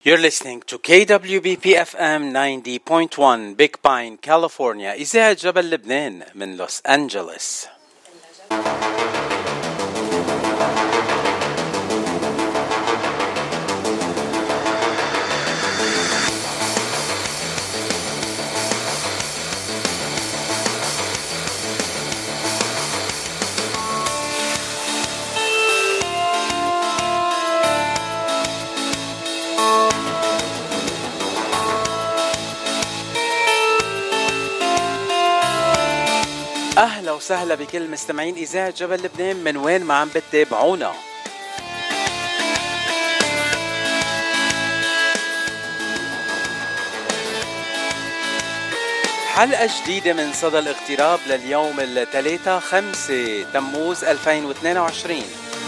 You're listening to KWBP-FM 90.1 Big Pine, California. إذاعة جبل لبنان من لوس أنجلوس. أهلا وسهلا بكل مستمعين إذاعة جبل لبنان من وين ما عم بتتابعونا. حلقة جديدة من صدى الاغتراب لليوم 3/5 تموز 2022.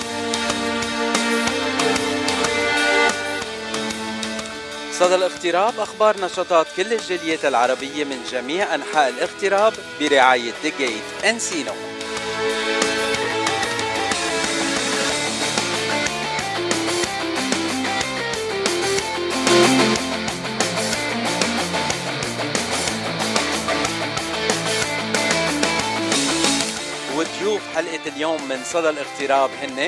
صدى الاغتراب أخبار نشاطات كل الجاليات العربية من جميع أنحاء الاغتراب برعاية The Gate Encino. وضيوف حلقة اليوم من صدى الاغتراب هن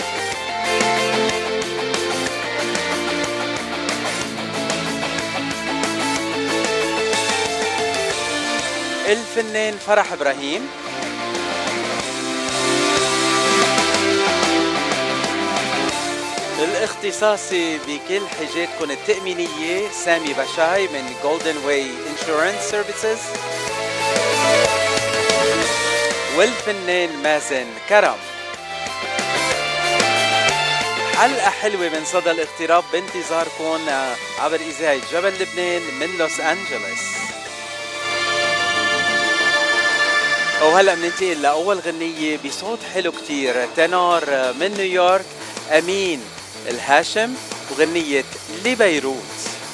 الفنان فرح إبراهيم، الاختصاصي بكل حاجاتكم التأمينية سامي بشاي من Golden Way Insurance Services، والفنان مازن كرم. حلقة حلوة من صدى الاغتراب بانتظاركم عبر إذاعة جبل لبنان من لوس أنجلوس. وهلأ مننتقل لأول غنية بصوت حلو كتير، تنور من نيويورك أمين الهاشم وغنية لبيروت.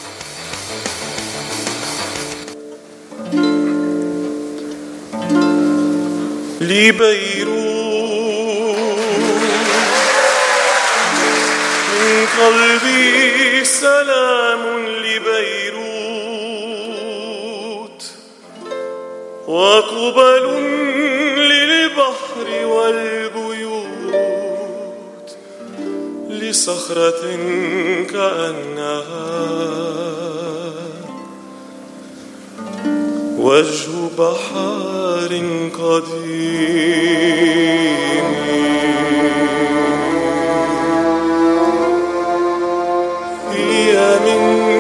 لبيروت من قلبي سلام لبيروت وقبل للبحر والبيوت لصخرة كأنها وجه بحار قديم هي من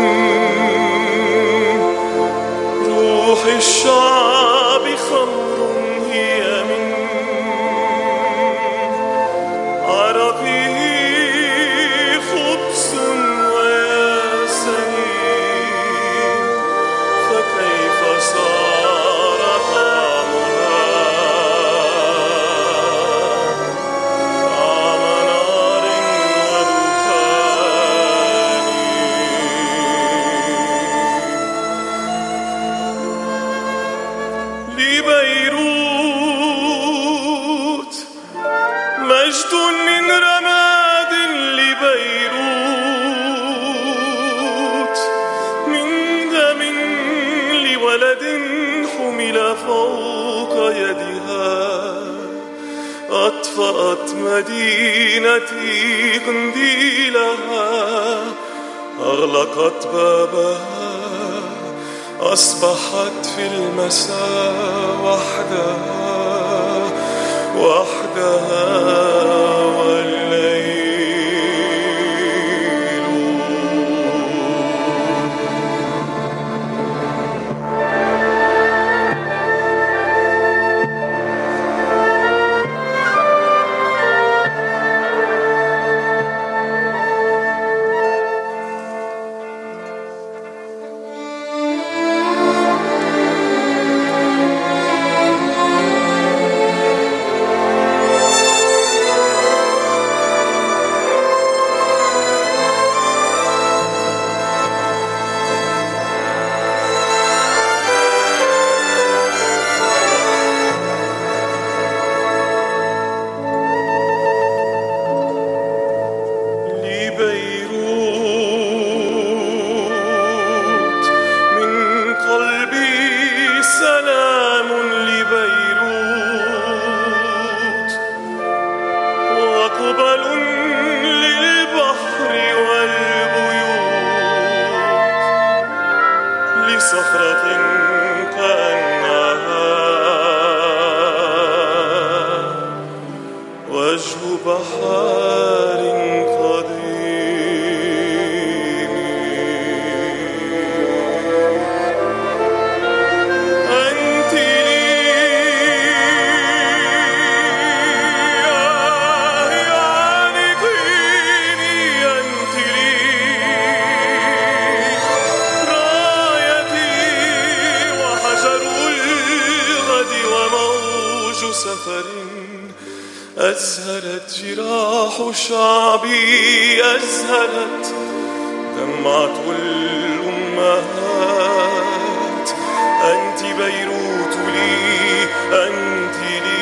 روح الشعب خمر هي من عرقه خبز وياسمين فكيف صار طعمها طعم نار ودخان. لبيروت مجد من رماد لبيروت من دم لولد حمل فوق يدها أطفأت مدينتي قنديلها أغلقت بابها أصبحت في المساء وحدها والليل. أزهرت جراح شعبي، أزهرت دمعة الأمهات. أنت بيروت لي، أنت لي.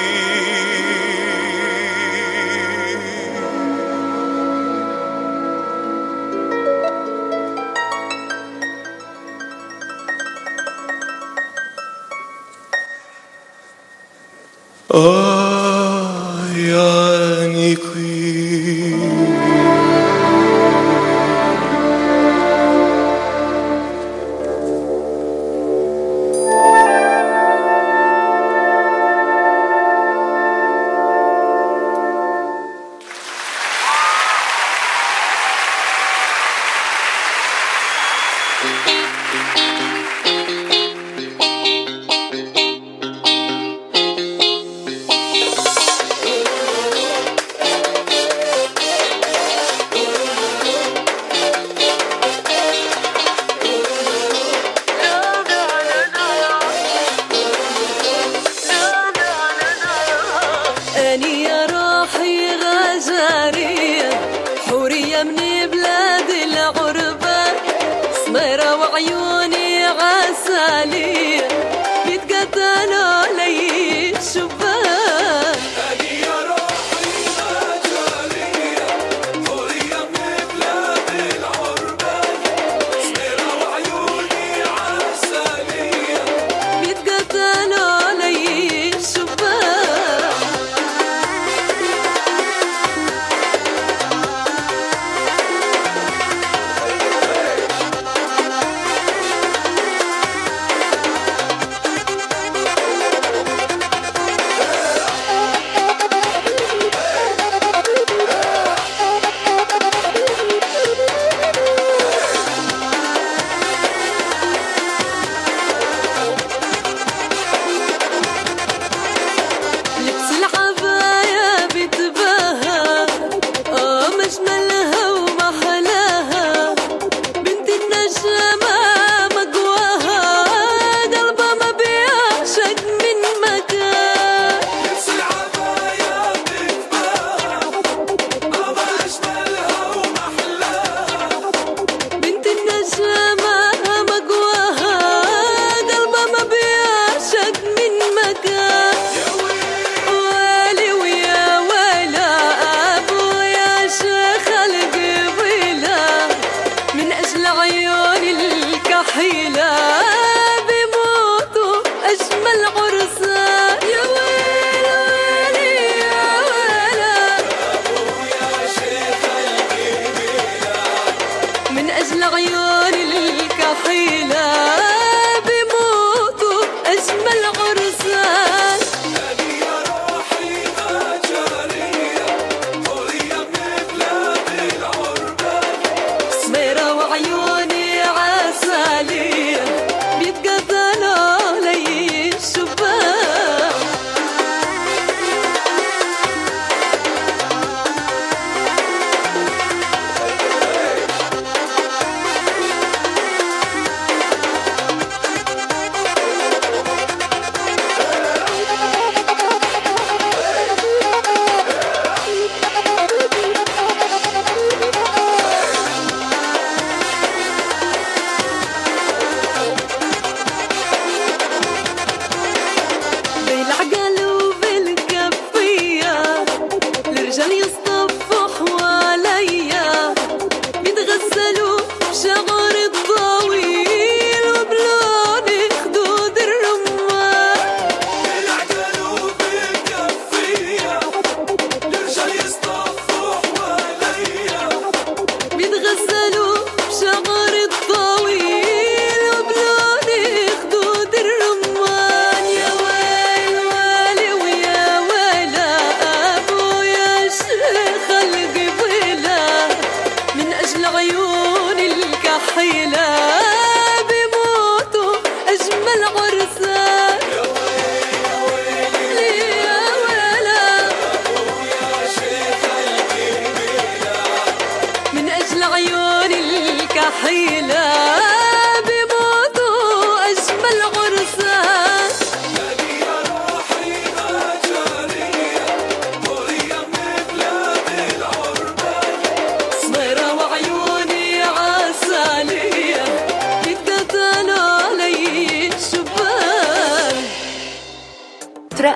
يعني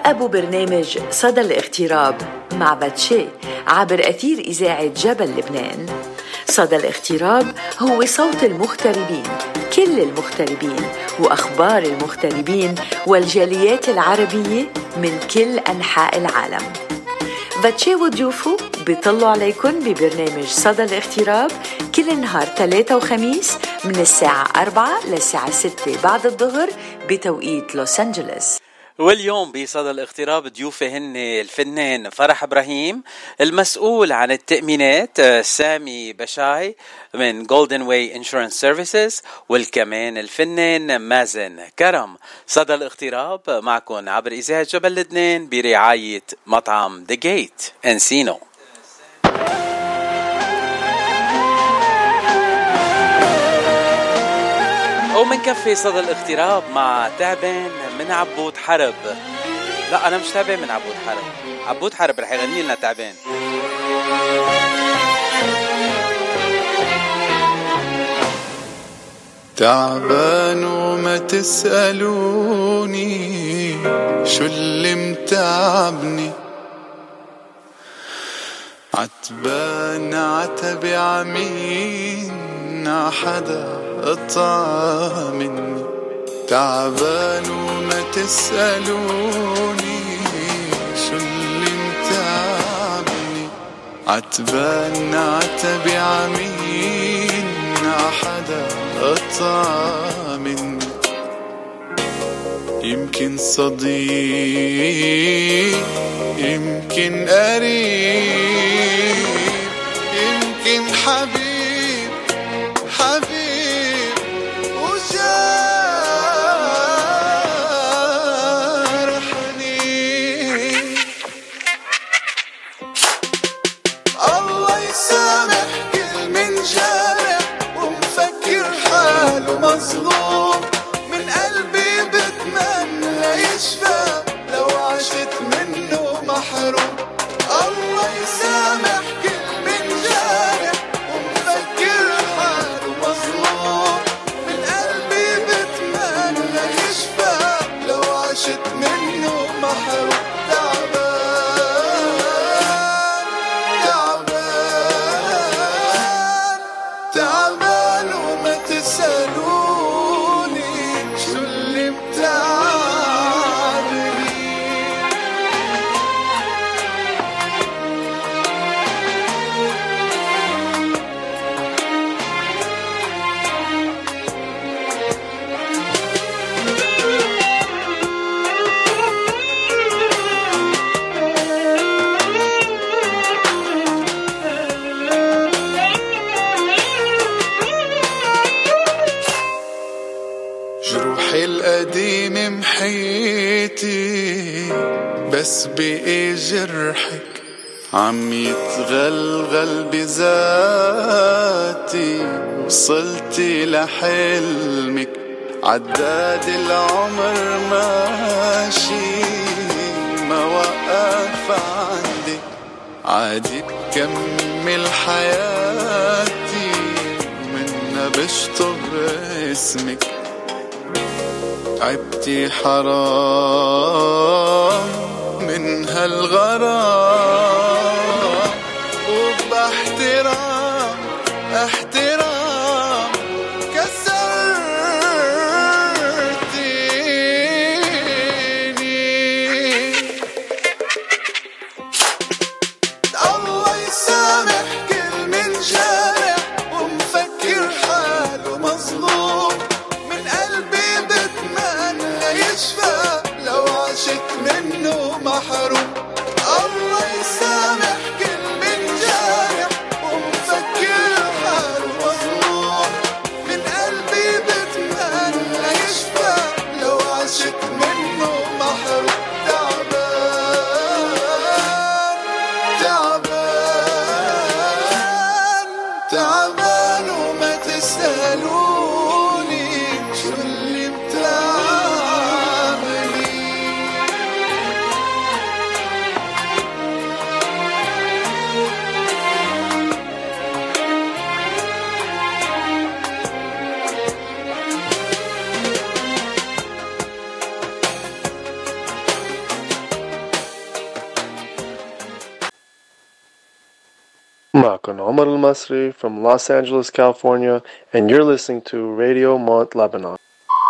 أبو برنامج صدى الاغتراب مع باتشي عبر أثير إذاعة جبل لبنان. صدى الاغتراب هو صوت المغتربين، كل المغتربين وأخبار المغتربين والجاليات العربية من كل أنحاء العالم. باتشي وضيوفه بيطلوا عليكم ببرنامج صدى الاغتراب كل نهار 3 وخميس من الساعة 4 للساعة 6 بعد الظهر بتوقيت لوس أنجلوس. واليوم بصدى الاغتراب ضيوفي هن الفنان فرح إبراهيم، المسؤول عن التأمينات سامي بشاي من Golden Way Insurance Services، والكمان الفنان مازن كرم. صدى الاغتراب معكم عبر إذاعة جبل لبنان برعاية مطعم The Gate انسينو. ومن كفي صدى الاغتراب مع تعبان من عبود حرب. لا أنا مش تعبان من عبود حرب، عبود حرب رح يغني لنا تعبان. تعبان وما تسألوني شو اللي متعبني، عتبان عتبي عمين عحدا قطع مني. تعبان وما تسألوني شو اللي متعبني، عتبان عتبي عمين عحدا قطع مني. يمكن صديق يمكن قريب يمكن حبيب حبيب وجرحني. الله يسامح كل من جارح ومفكر حاله مظلوم، من قلبي بتمنى يشفى لو عشت منه محروم. الله يسامح كل من جارح ومفكر حاله مظلوم، من قلبي بتمنى يشفى لو عشت منه محروم. تعبان وما تسألوني شو اللي متعبني. جروحي القديم محيتي بس بقي جرحك عم يتغلغل بذاتي. وصلتي لحلمك عداد العمر ماشي، ما وقف عندك عادي بكمل حياتي، ومنا بشطب اسمك. عبتي حرام من هالغرام، وباحترام احترام كسرتيني. الله يسامح كل من جارح ومفكر حاله مظلوم، من قلبي بتمنى يشفى لو عشت منه محروم. الله يسامح كل من جارح ومفكر حاله مظلوم، من قلبي بتمنى يشفى لو عشت منه محروم. تعبان تعبان وما تسألوني شو اللي بتعملي. معكم عمر المصري from Los Angeles, California, and you're listening to Radio Mont Lebanon.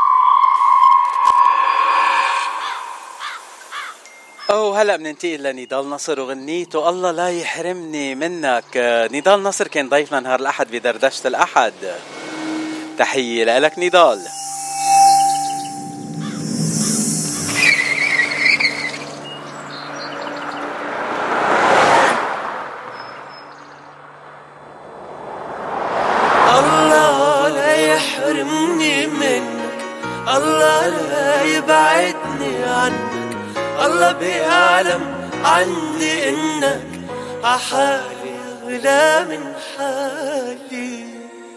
هلا بننتقل لنضال نصر وغنيته الله لا يحرمني منك. نضال نصر كان ضيفنا نهار الأحد بدردشة الأحد. تحية لك نضال. الله لا يحرمني منك، الله لا يبعدني عنك، الله بيعلم عندي إنك عحالي أغلى من حالي.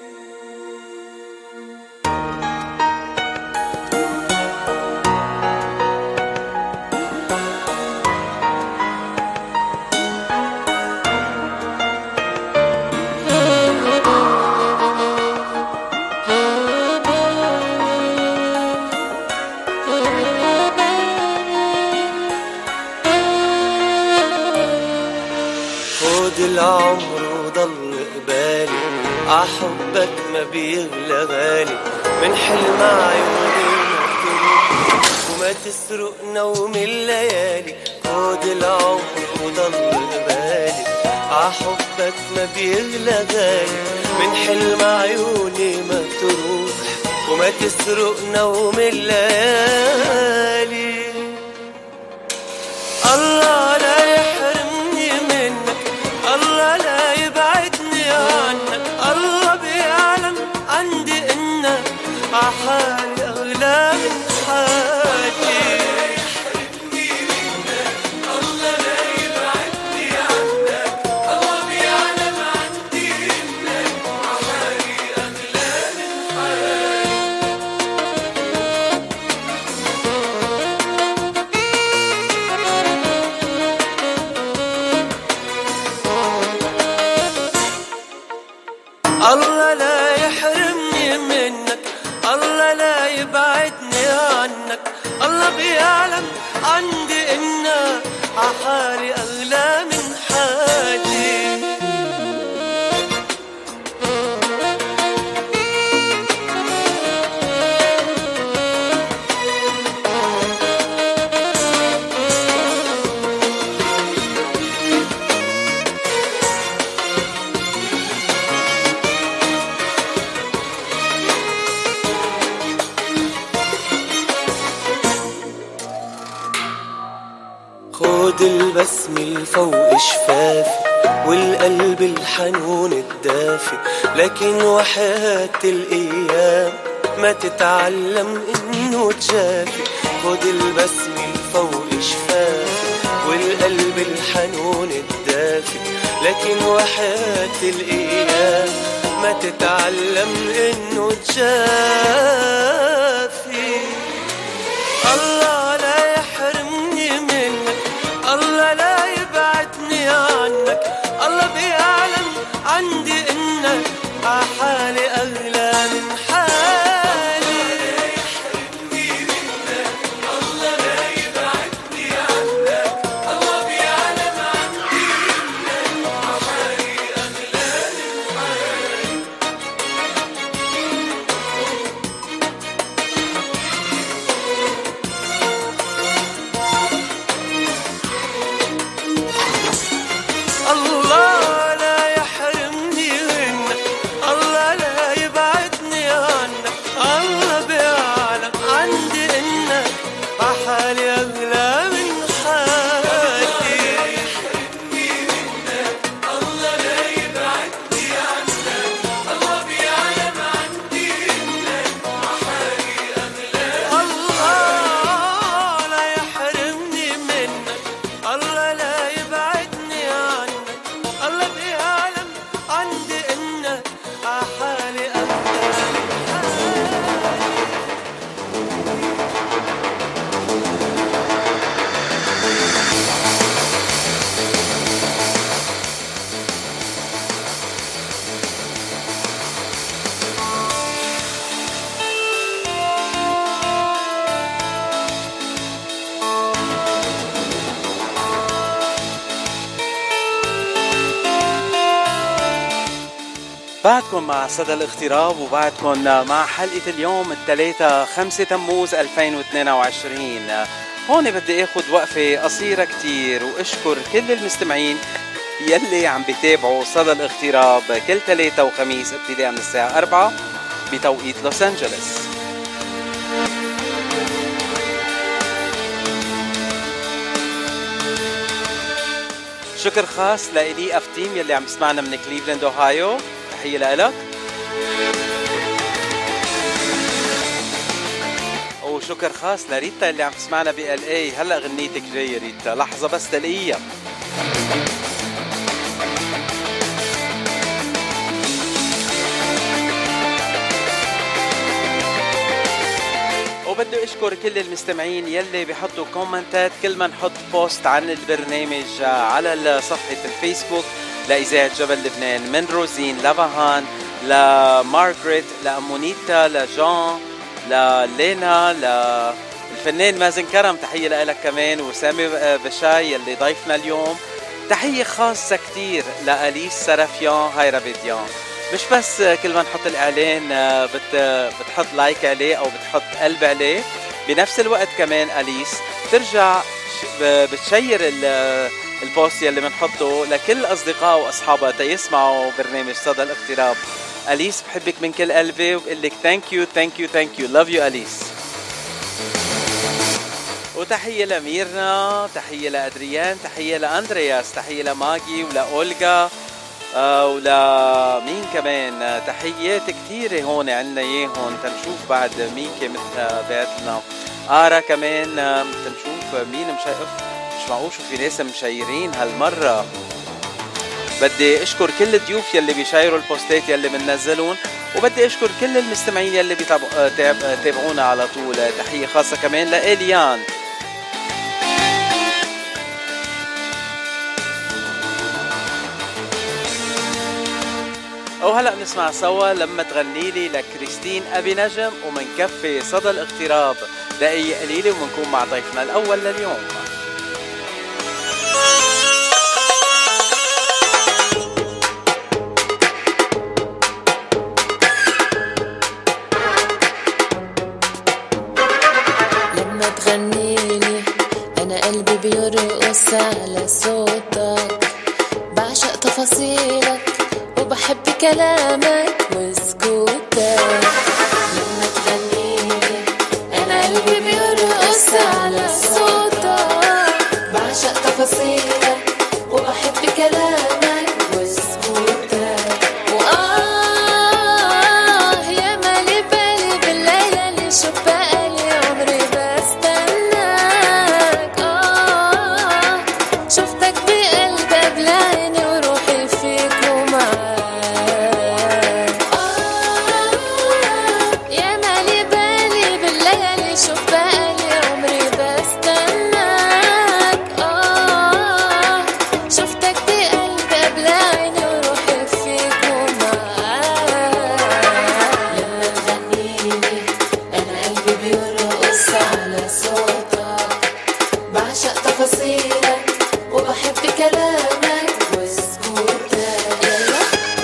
العمر وضل قبالي عحبك ما بيغلى غالي، من حلم عيوني وما تسرق نوم الليالي. خد العمر وضل قبالي عحبك ما بيغلى غالي، من حلم عيوني ما تروح وما تسرق نوم الليالي. الله لا يحرمني منك، الله لا يبعدني عنك، الله بيعلم عندي إنك عحالي أغلى من حالي. يحرمني منك، الله لا يبعدني عنك، الله بيعلم عندي إنك عحالي أغلى من حالي. الله لا يحرمني منك، الله لا يبعدني عنك، الله بيعلم عندي إنك عحالي أغلى من حالي. خد البسم الفوق شفافي والقلب الحنون الدافي، لكن وحياة الأيام ما تتعلم إنه تجافي. خد البسم الفوق شفافي والقلب الحنون الدافي، لكن وحياة الأيام ما تتعلم إنه تجافي. الله لا يحرمني منك، الله لا يبعدني عنك، الله بيعلم عندي إنك عحالي أغلى من حالي. يحرمني منك، الله لا يبعدني عنك، الله بيعلم عندي إنك عحالي أغلى من حالي. بعدكم مع صدى الاغتراب وبعدكم مع حلقة اليوم الثلاثة 5 تموز 2022. هون بدي اخد وقفة قصيرة كتير واشكر كل المستمعين يلي عم بيتابعوا صدى الاغتراب كل ثلاثة وخميس ابتداء من الساعة 4 بتوقيت لوس أنجلوس. شكر خاص لإلي أفتيم يلي عم يسمعنا من كليفلاند أوهايو، تحية لإلك. وشكر خاص لريتا اللي عم تسمعنا بLA. هلأ غنيتك جاية ريتا، لحظة بس تلاقيها. وبدي اشكر كل المستمعين يلي بيحطوا كومنتات كل ما نحط بوست عن البرنامج على صفحة الفيسبوك لإذاعة جبل لبنان، من روزين لفهان لمارغريت لأمونيتا لجان للينا للفنان مازن كرم، تحية لك كمان، وسامي بشاي يلي ضيفنا اليوم. تحية خاصة كتير لأليس سرافيان هاي رابيديان. مش بس كل ما نحط الإعلان بتحط لايك عليه أو بتحط قلب عليه، بنفس الوقت كمان أليس ترجع بتشير البوست يلي بنحطه لكل أصدقاء وأصحابها تيسمعوا برنامج صدى الاغتراب. أليس بحبك من كل قلبي وبقلك thank you love you أليس. وتحية لميرنا، تحية لأدريان، تحية لأندرياس، تحية لماجي ولأولغا ولا مين كمان. تحيات كثيرة هون عنا اياهم، تنشوف بعد مين كمثل بيتنا آرا كمان، تنشوف مين مش معقول شو في ناس مشايرين هالمرة. بدي اشكر كل الضيوف يلي بيشايروا البوستات يلي بننزلون، وبدي اشكر كل المستمعين يلي بيتابعونا على طول. تحية خاصة كمان لإليان. وهلأ بنسمع سوا لما تغنيلي لكريستين أبي نجم، ومنكفي صدى الاغتراب دقيقة قليلة ومنكون مع ضيفنا الأول لليوم. لما تغنيلي أنا قلبي بيرقص على صوتك، بعشق تفاصيلك وبحب كلامك وسكوتك. لما تغنيلي أنا قلبي بيرقص على صوتك، بعشق تفاصيلك وبحب كلامك وسكوتك. يا مالي بالي بالليلة اللي شو بقالي عمري بستناك. شفتك بقلبي بلعيني وروحي فيك ومعاك. يا مالي بالي بالليالي شو بقالي عمري بستناك. شفتك بقلبي بلعيني وروحي فيك ومعاك. لما تغنيلي أنا قلبي بيرقص على صوتك، بعشق تفاصيلك وبحب كلامك وسكوتك. يلا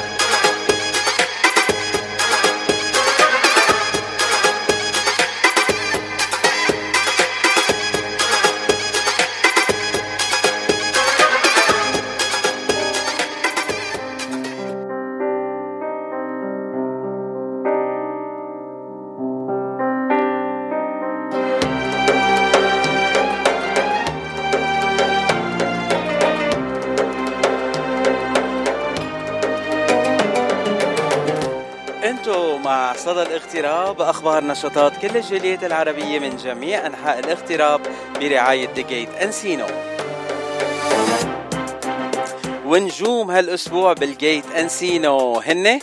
انتو مع صدى الاغتراب، اخبار نشاطات كل الجاليات العربية من جميع انحاء الاغتراب برعاية The Gate Encino. ونجوم هالاسبوع بالجيت انسينو هن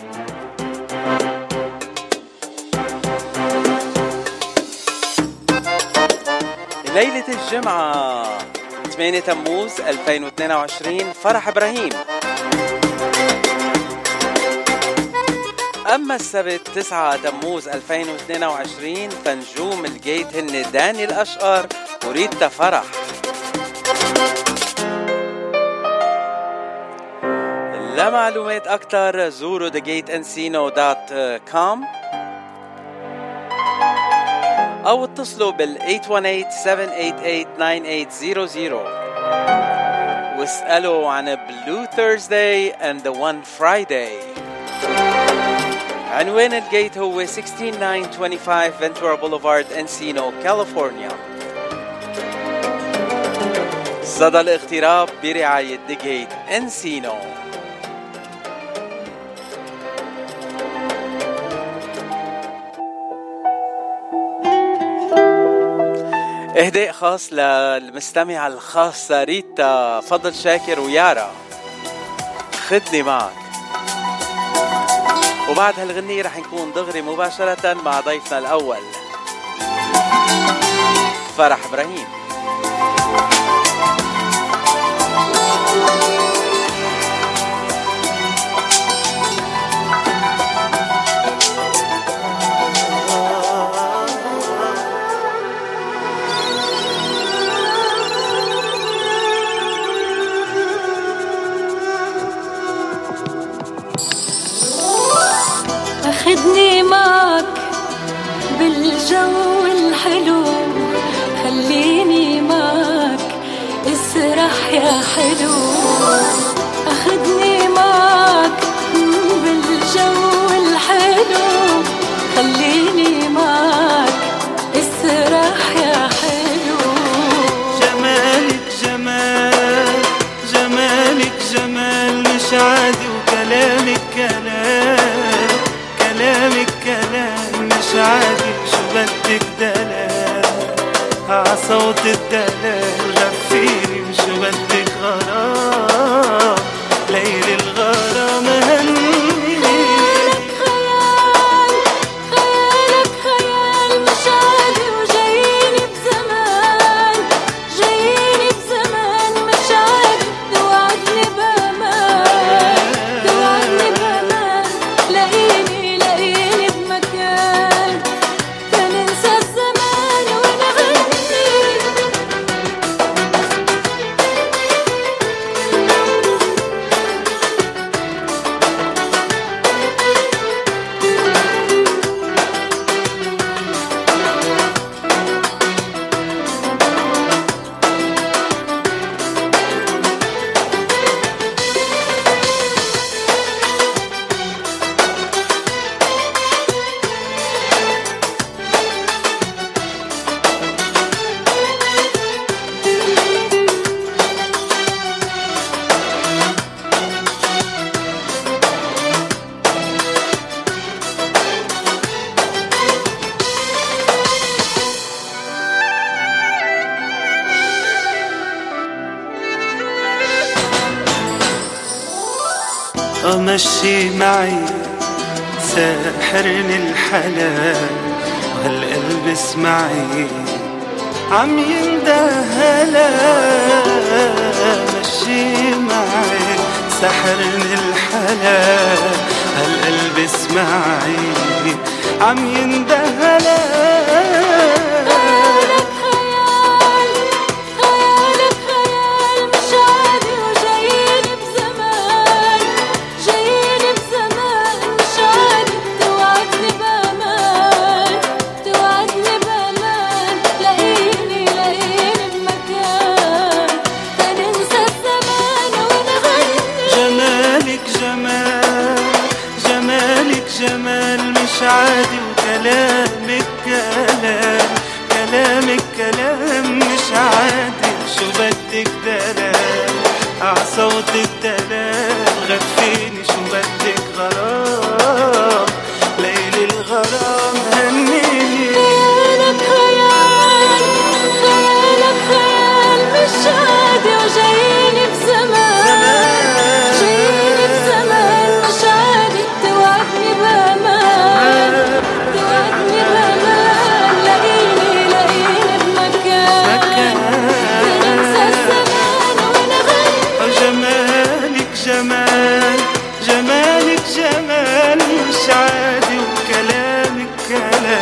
ليلة الجمعة 8 تموز 2022 فرح إبراهيم. أما السبت 9 تموز 2022 فنجوم الجيت هن داني الأشقر وريتا فرح. لمعلومات أكتر زوروا thegateencino.com أو اتصلوا بال 818-788-9800 واسألوا عن Blue Thursday and the One Friday. عنوان الجيت هو 16925 Ventura Boulevard, Encino, California. صدى الاغتراب برعاية The Gate Encino. اهداء خاص للمستمعة الخاصة ريتا فضل شاكر ويارا، خدني معك. وبعد هالغنية رح نكون دغري مباشرة مع ضيفنا الأول فرح إبراهيم. خدني معك بالجو الحلو، خليني معك اسرح يا حلو. أخدني معك بالجو الحلو، خليني معك اسرح يا حلو. جمالك جمال، جمالك جمال مش عادي، وكلامك كلام، كلامك كلام مش عادي. شو بدك دلال عصوت الدلال، غفيني وشو بدك غرام، ليل الغرام هنيني. خيالك خيال، خيالك خيال مش عادي، وجاييني بزمان، جاييني بزمان مش عادي. توعدني بأمان، توعدني بأمان، لاقيني بمكان تننسى الزمان ونغني. مشي معي ساحرني الحلال، وهالقلب اسمعي عم يندهلا. مشي معي ساحرني الحلال، هالقلب اسمعي عم يندهلا. عادي وكلامك كلام، كلامك كلام مش عادي. شو بدك دلال عصوت الدلال، غفيني شو بدك غرام، ليل الغرام هنيني. خيالك خيال، خيالك خيال مش عادي، وجاييني بزمان، جاييني بزمان مش عادي. توعدني بأمان، توعدني بأمان، لاقيني بمكان تنسى الزمان ونغني. جمالك جمال، جمالك جمال مش عادي، وكلامك كلام،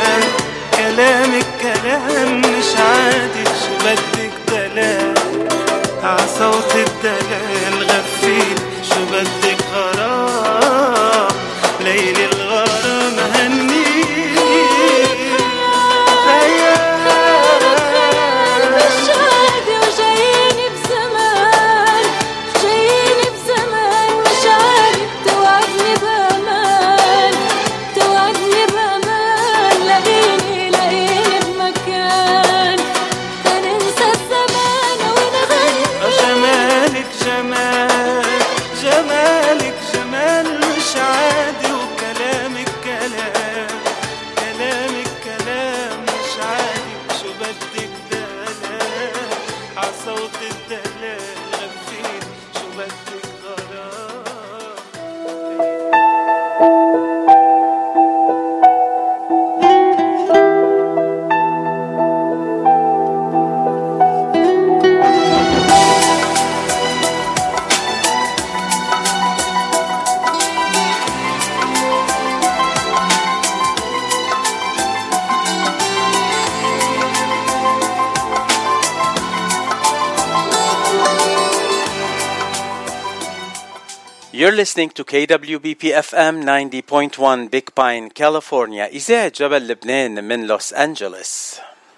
You're listening to KWBP FM 90.1 Big Pine, California. إذاعة جبل لبنان من لوس أنجلوس.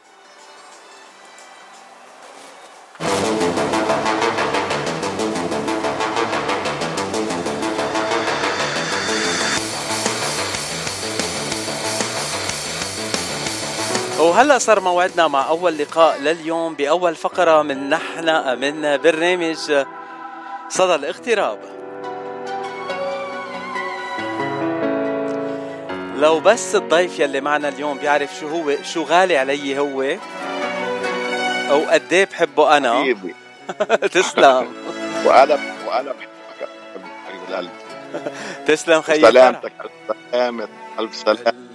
وهلأ صار موعدنا مع أول لقاء لليوم بأول فقرة من برنامج صدى الاغتراب. لو بس الضيف يلي معنا اليوم بيعرف شو غالي علي هو أو قديه بحبه أنا. تسلم. وأنا بحبك حبيب القلب. تسلم خيي. سلامتك. ألف سلام.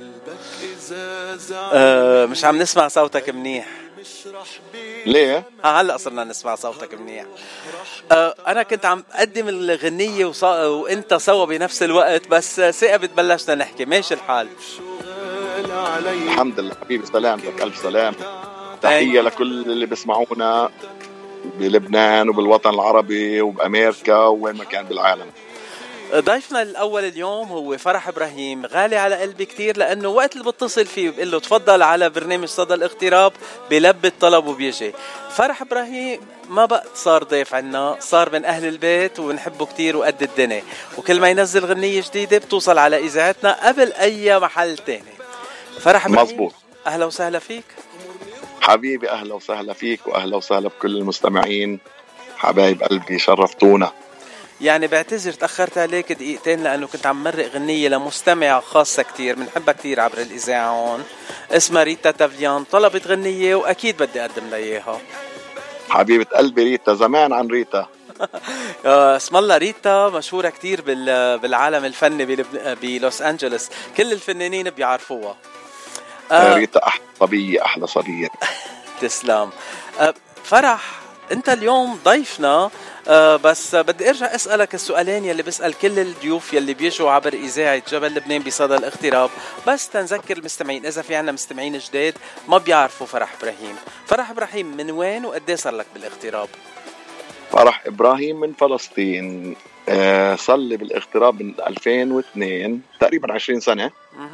مش عم نسمع صوتك منيح. ليه؟ هلأ صرنا نسمع صوتك منيح. أنا كنت عم أقدم الغنية وأنت سوا بنفس الوقت، بس ثقبت بلشنا نحكي. ماشي الحال؟ الحمد لله حبيبي. سلامتك. ألف سلام. تحية لكل اللي بيسمعونا بلبنان وبالوطن العربي وبأمريكا ووين ما كان بالعالم. ضيفنا الأول اليوم هو فرح إبراهيم. غالي على قلبي كتير لأنه وقت اللي بتصل فيه بقول له تفضل على برنامج صدى الاغتراب بلبي الطلب وبيجي. فرح إبراهيم ما بقى صار ضيف عنا، صار من أهل البيت ونحبه كتير وقد الدنيا، وكل ما ينزل غنية جديدة بتوصل على إذاعتنا قبل أي محل تاني. فرح إبراهيم مزبوط. أهلا وسهلا فيك حبيبي. أهلا وسهلا فيك وأهلا وسهلا بكل المستمعين حبايب قلبي، شرفتونا. يعني بعتذر تأخرت عليك دقيقتين لأنه كنت عم مرق غنية لمستمعة خاصة كتير بنحبها كتير عبر الإذاعة هون، اسمها ريتا تافليان. طلبت غنية وأكيد بدي أقدم لها إياها. حبيبة قلبي ريتا، زمان عن ريتا. اسم الله ريتا مشهورة كتير بالعالم الفني بلوس أنجلوس، كل الفنانين بيعرفوها. ريتا أحلى صبية، أحلى صبية. تسلم. فرح أنت اليوم ضيفنا، بس بدي ارجع اسألك السؤالين يلي بسأل كل الضيوف يلي بيجوا عبر إذاعة جبل لبنان بصدى الاغتراب، بس تنذكر المستمعين إذا في عنا مستمعين جداد ما بيعرفوا فرح إبراهيم. فرح إبراهيم من وين وقديه صار لك بالاغتراب؟ فرح إبراهيم من فلسطين. صلي بالاغتراب من 2002، تقريبا 20 سنة.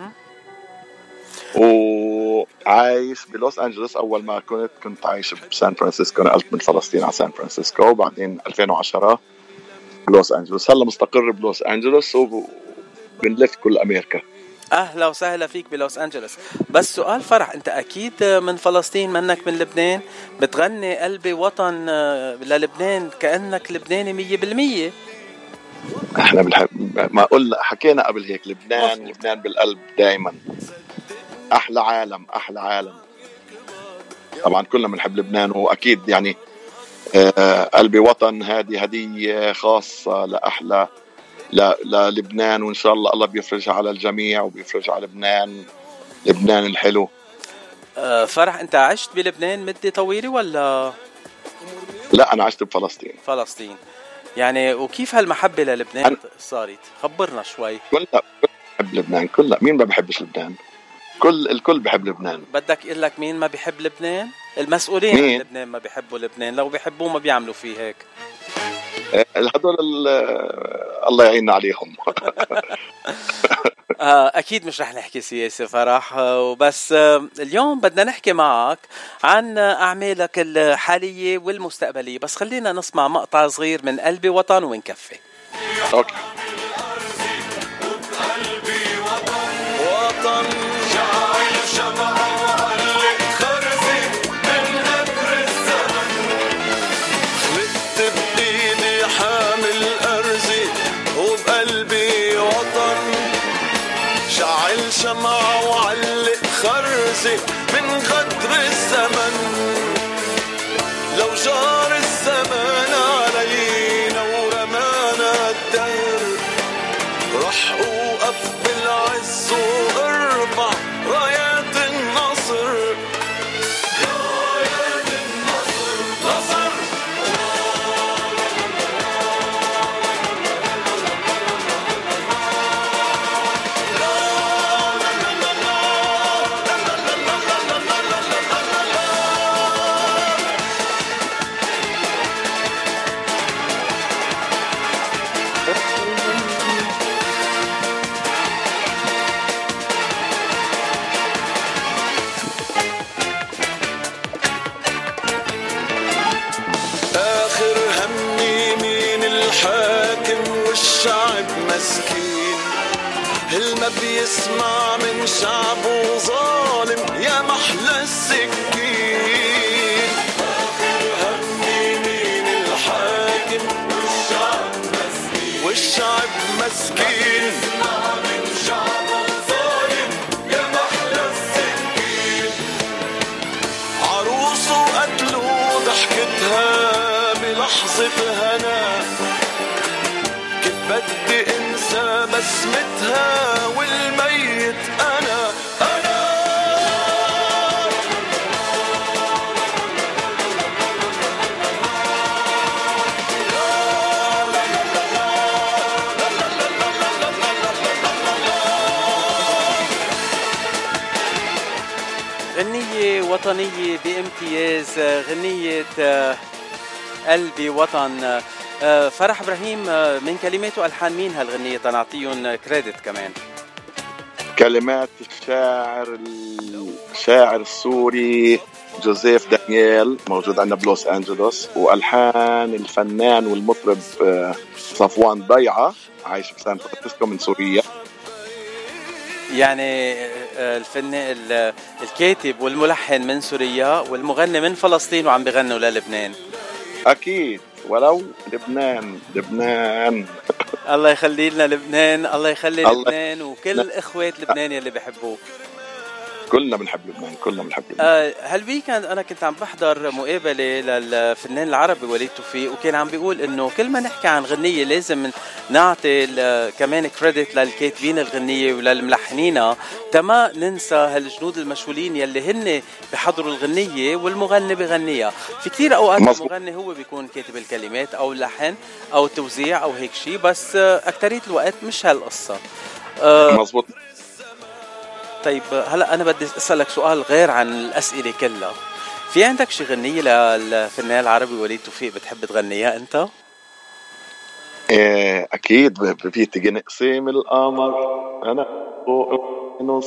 وعايش بلوس أنجلوس. أول ما كنت عايش بسان فرانسيسكو، نقلت من فلسطين على سان فرانسيسكو، وبعدين 2010 بلوس أنجلوس. هلا مستقر بلوس أنجلوس وبنلف كل أمريكا. أهلا وسهلا فيك بلوس أنجلوس. بس سؤال فرح، أنت أكيد من فلسطين منك من لبنان، بتغني قلبي وطن للبنان كأنك لبناني 100%. احنا بنحب، ما قلنا حكينا قبل هيك، لبنان لبنان بالقلب دائما. أحلى عالم، أحلى عالم. طبعا كلنا بنحب لبنان، وأكيد يعني قلبي وطن هذه هدية خاصة لأحلى للبنان، وإن شاء الله الله بيفرجها على الجميع وبيفرج على لبنان الحلو. فرح أنت عشت بلبنان مدة طويلة ولا؟ لا أنا عشت بفلسطين يعني. وكيف هالمحبة للبنان صارت؟ خبرنا شوي. كلنا بحب لبنان، كلنا. مين ما بحبش لبنان؟ الكل بحب لبنان. بدك اقول لك مين ما بيحب لبنان؟ المسؤولين عن لبنان ما بيحبوا لبنان، لو بيحبوه ما بيعملوا فيه هيك. هدول الله يعيننا عليهم. أكيد مش رح نحكي سياسة فرح، وبس اليوم بدنا نحكي معك عن أعمالك الحالية والمستقبلية. بس خلينا نسمع مقطع صغير من قلبي وطن ونكفي. أوكي. شمعة وعلق خرزي من غدر الزمن، لو جار الزمان علينا ورمانا الدهر، رح أوقف بالعز وارفع رايات النصر. رايات النصر نصر. يسمع من شعبه ظالم يا محلى السكين. آخر همي مين الحاكم والشعب مسكين. يسمع من شعبه ظالم يا محلى السكين. عروسه قتلوا ضحكتها بلحظة هنا، كيف بدي انسى بسمتها والميت انا. غنية وطنية بامتياز، غنية قلبي وطن. فرح إبراهيم من كلمات وألحان مين هالغنية تنعطيهم كريدت كمان؟ كلمات الشاعر السوري جوزيف دانييل موجود عندنا بلوس أنجلوس، وألحان الفنان والمطرب صفوان ضيعة عايش في سان فرانسيسكو من سوريا. يعني الكاتب والملحن من سوريا والمغني من فلسطين وعم بيغنوا للبنان. أكيد ولو لبنان الله يخلي لنا لبنان، الله يخلي لبنان وكل إخوات لبنان يلي بيحبوك. كلنا بنحب لبنان. هالويكند أنا كنت عم بحضر مقابلة للفنان العربي وليد توفيق، وكان عم بيقول إنه كل ما نحكي عن غنية لازم نعطي كمان كريدت للكاتبين الغنية وللملحنين، تما ننسى هالجنود المشغولين يلي هن بحضروا الغنية والمغني بغنيها. في كتير أوقات المغني هو بيكون كاتب الكلمات أو اللحن أو التوزيع أو هيك شيء، بس أكترية الوقت مش هالقصة. مظبوط. طيب هلأ أنا بدي أسألك سؤال غير عن الأسئلة كلها. في عندك شي غنية للفنان العربي وليد توفيق بتحب تغنيها أنت؟ أكيد. في تيجي نقسم القمر أنا نص.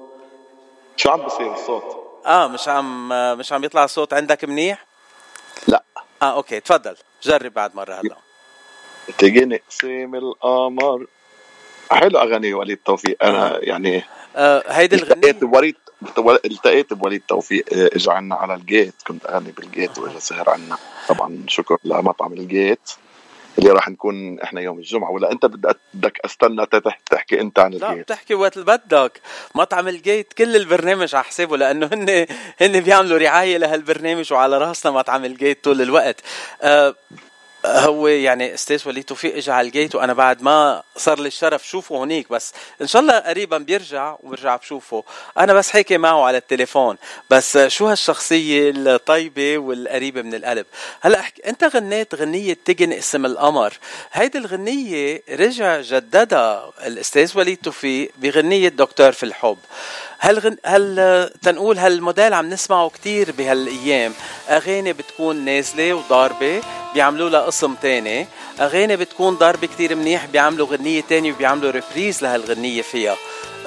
شو عم بصير الصوت؟ مش عم يطلع الصوت عندك منيح؟ لا. أوكي تفضل جرب بعد مرة. هلا تيجي نقسم القمر. حلو أغاني وليد توفيق. أنا يعني هيدي الغنية التقيت بوليد توفيق، اجى عنا على الجيت، كنت اغني بالجيت واجى سهر عنا. طبعا شكر لمطعم الجيت اللي راح نكون احنا يوم الجمعة. ولا انت بدك استنى تحكي انت عن الجيت؟ لا بتحكي وقت بدك. مطعم الجيت كل البرنامج على حسابه، لانه هن بيعملوا رعاية لهالبرنامج وعلى راسنا مطعم الجيت طول الوقت. هو يعني استاذ وليد توفيق اجى على الجيت، وانا بعد ما صار لي الشرف شوفه هنيك، بس ان شاء الله قريبا بيرجع بشوفه. انا بس حكي معه على التليفون. بس شو هالشخصيه الطيبه والقريبه من القلب. هلا انت غنيت غنيه تيجي نقسم القمر. هيدي الغنيه رجع جددها الاستاذ وليد توفيق بغنيه دكتور في الحب. هل تنقول هالموديل عم نسمعه كتير بهالايام. اغاني بتكون نازله وضاربه بيعملوا لها قسم تاني، اغاني بتكون ضاربه كتير منيح بيعملوا غنيه تاني وبيعملوا ريبريز لهالغنيه فيها.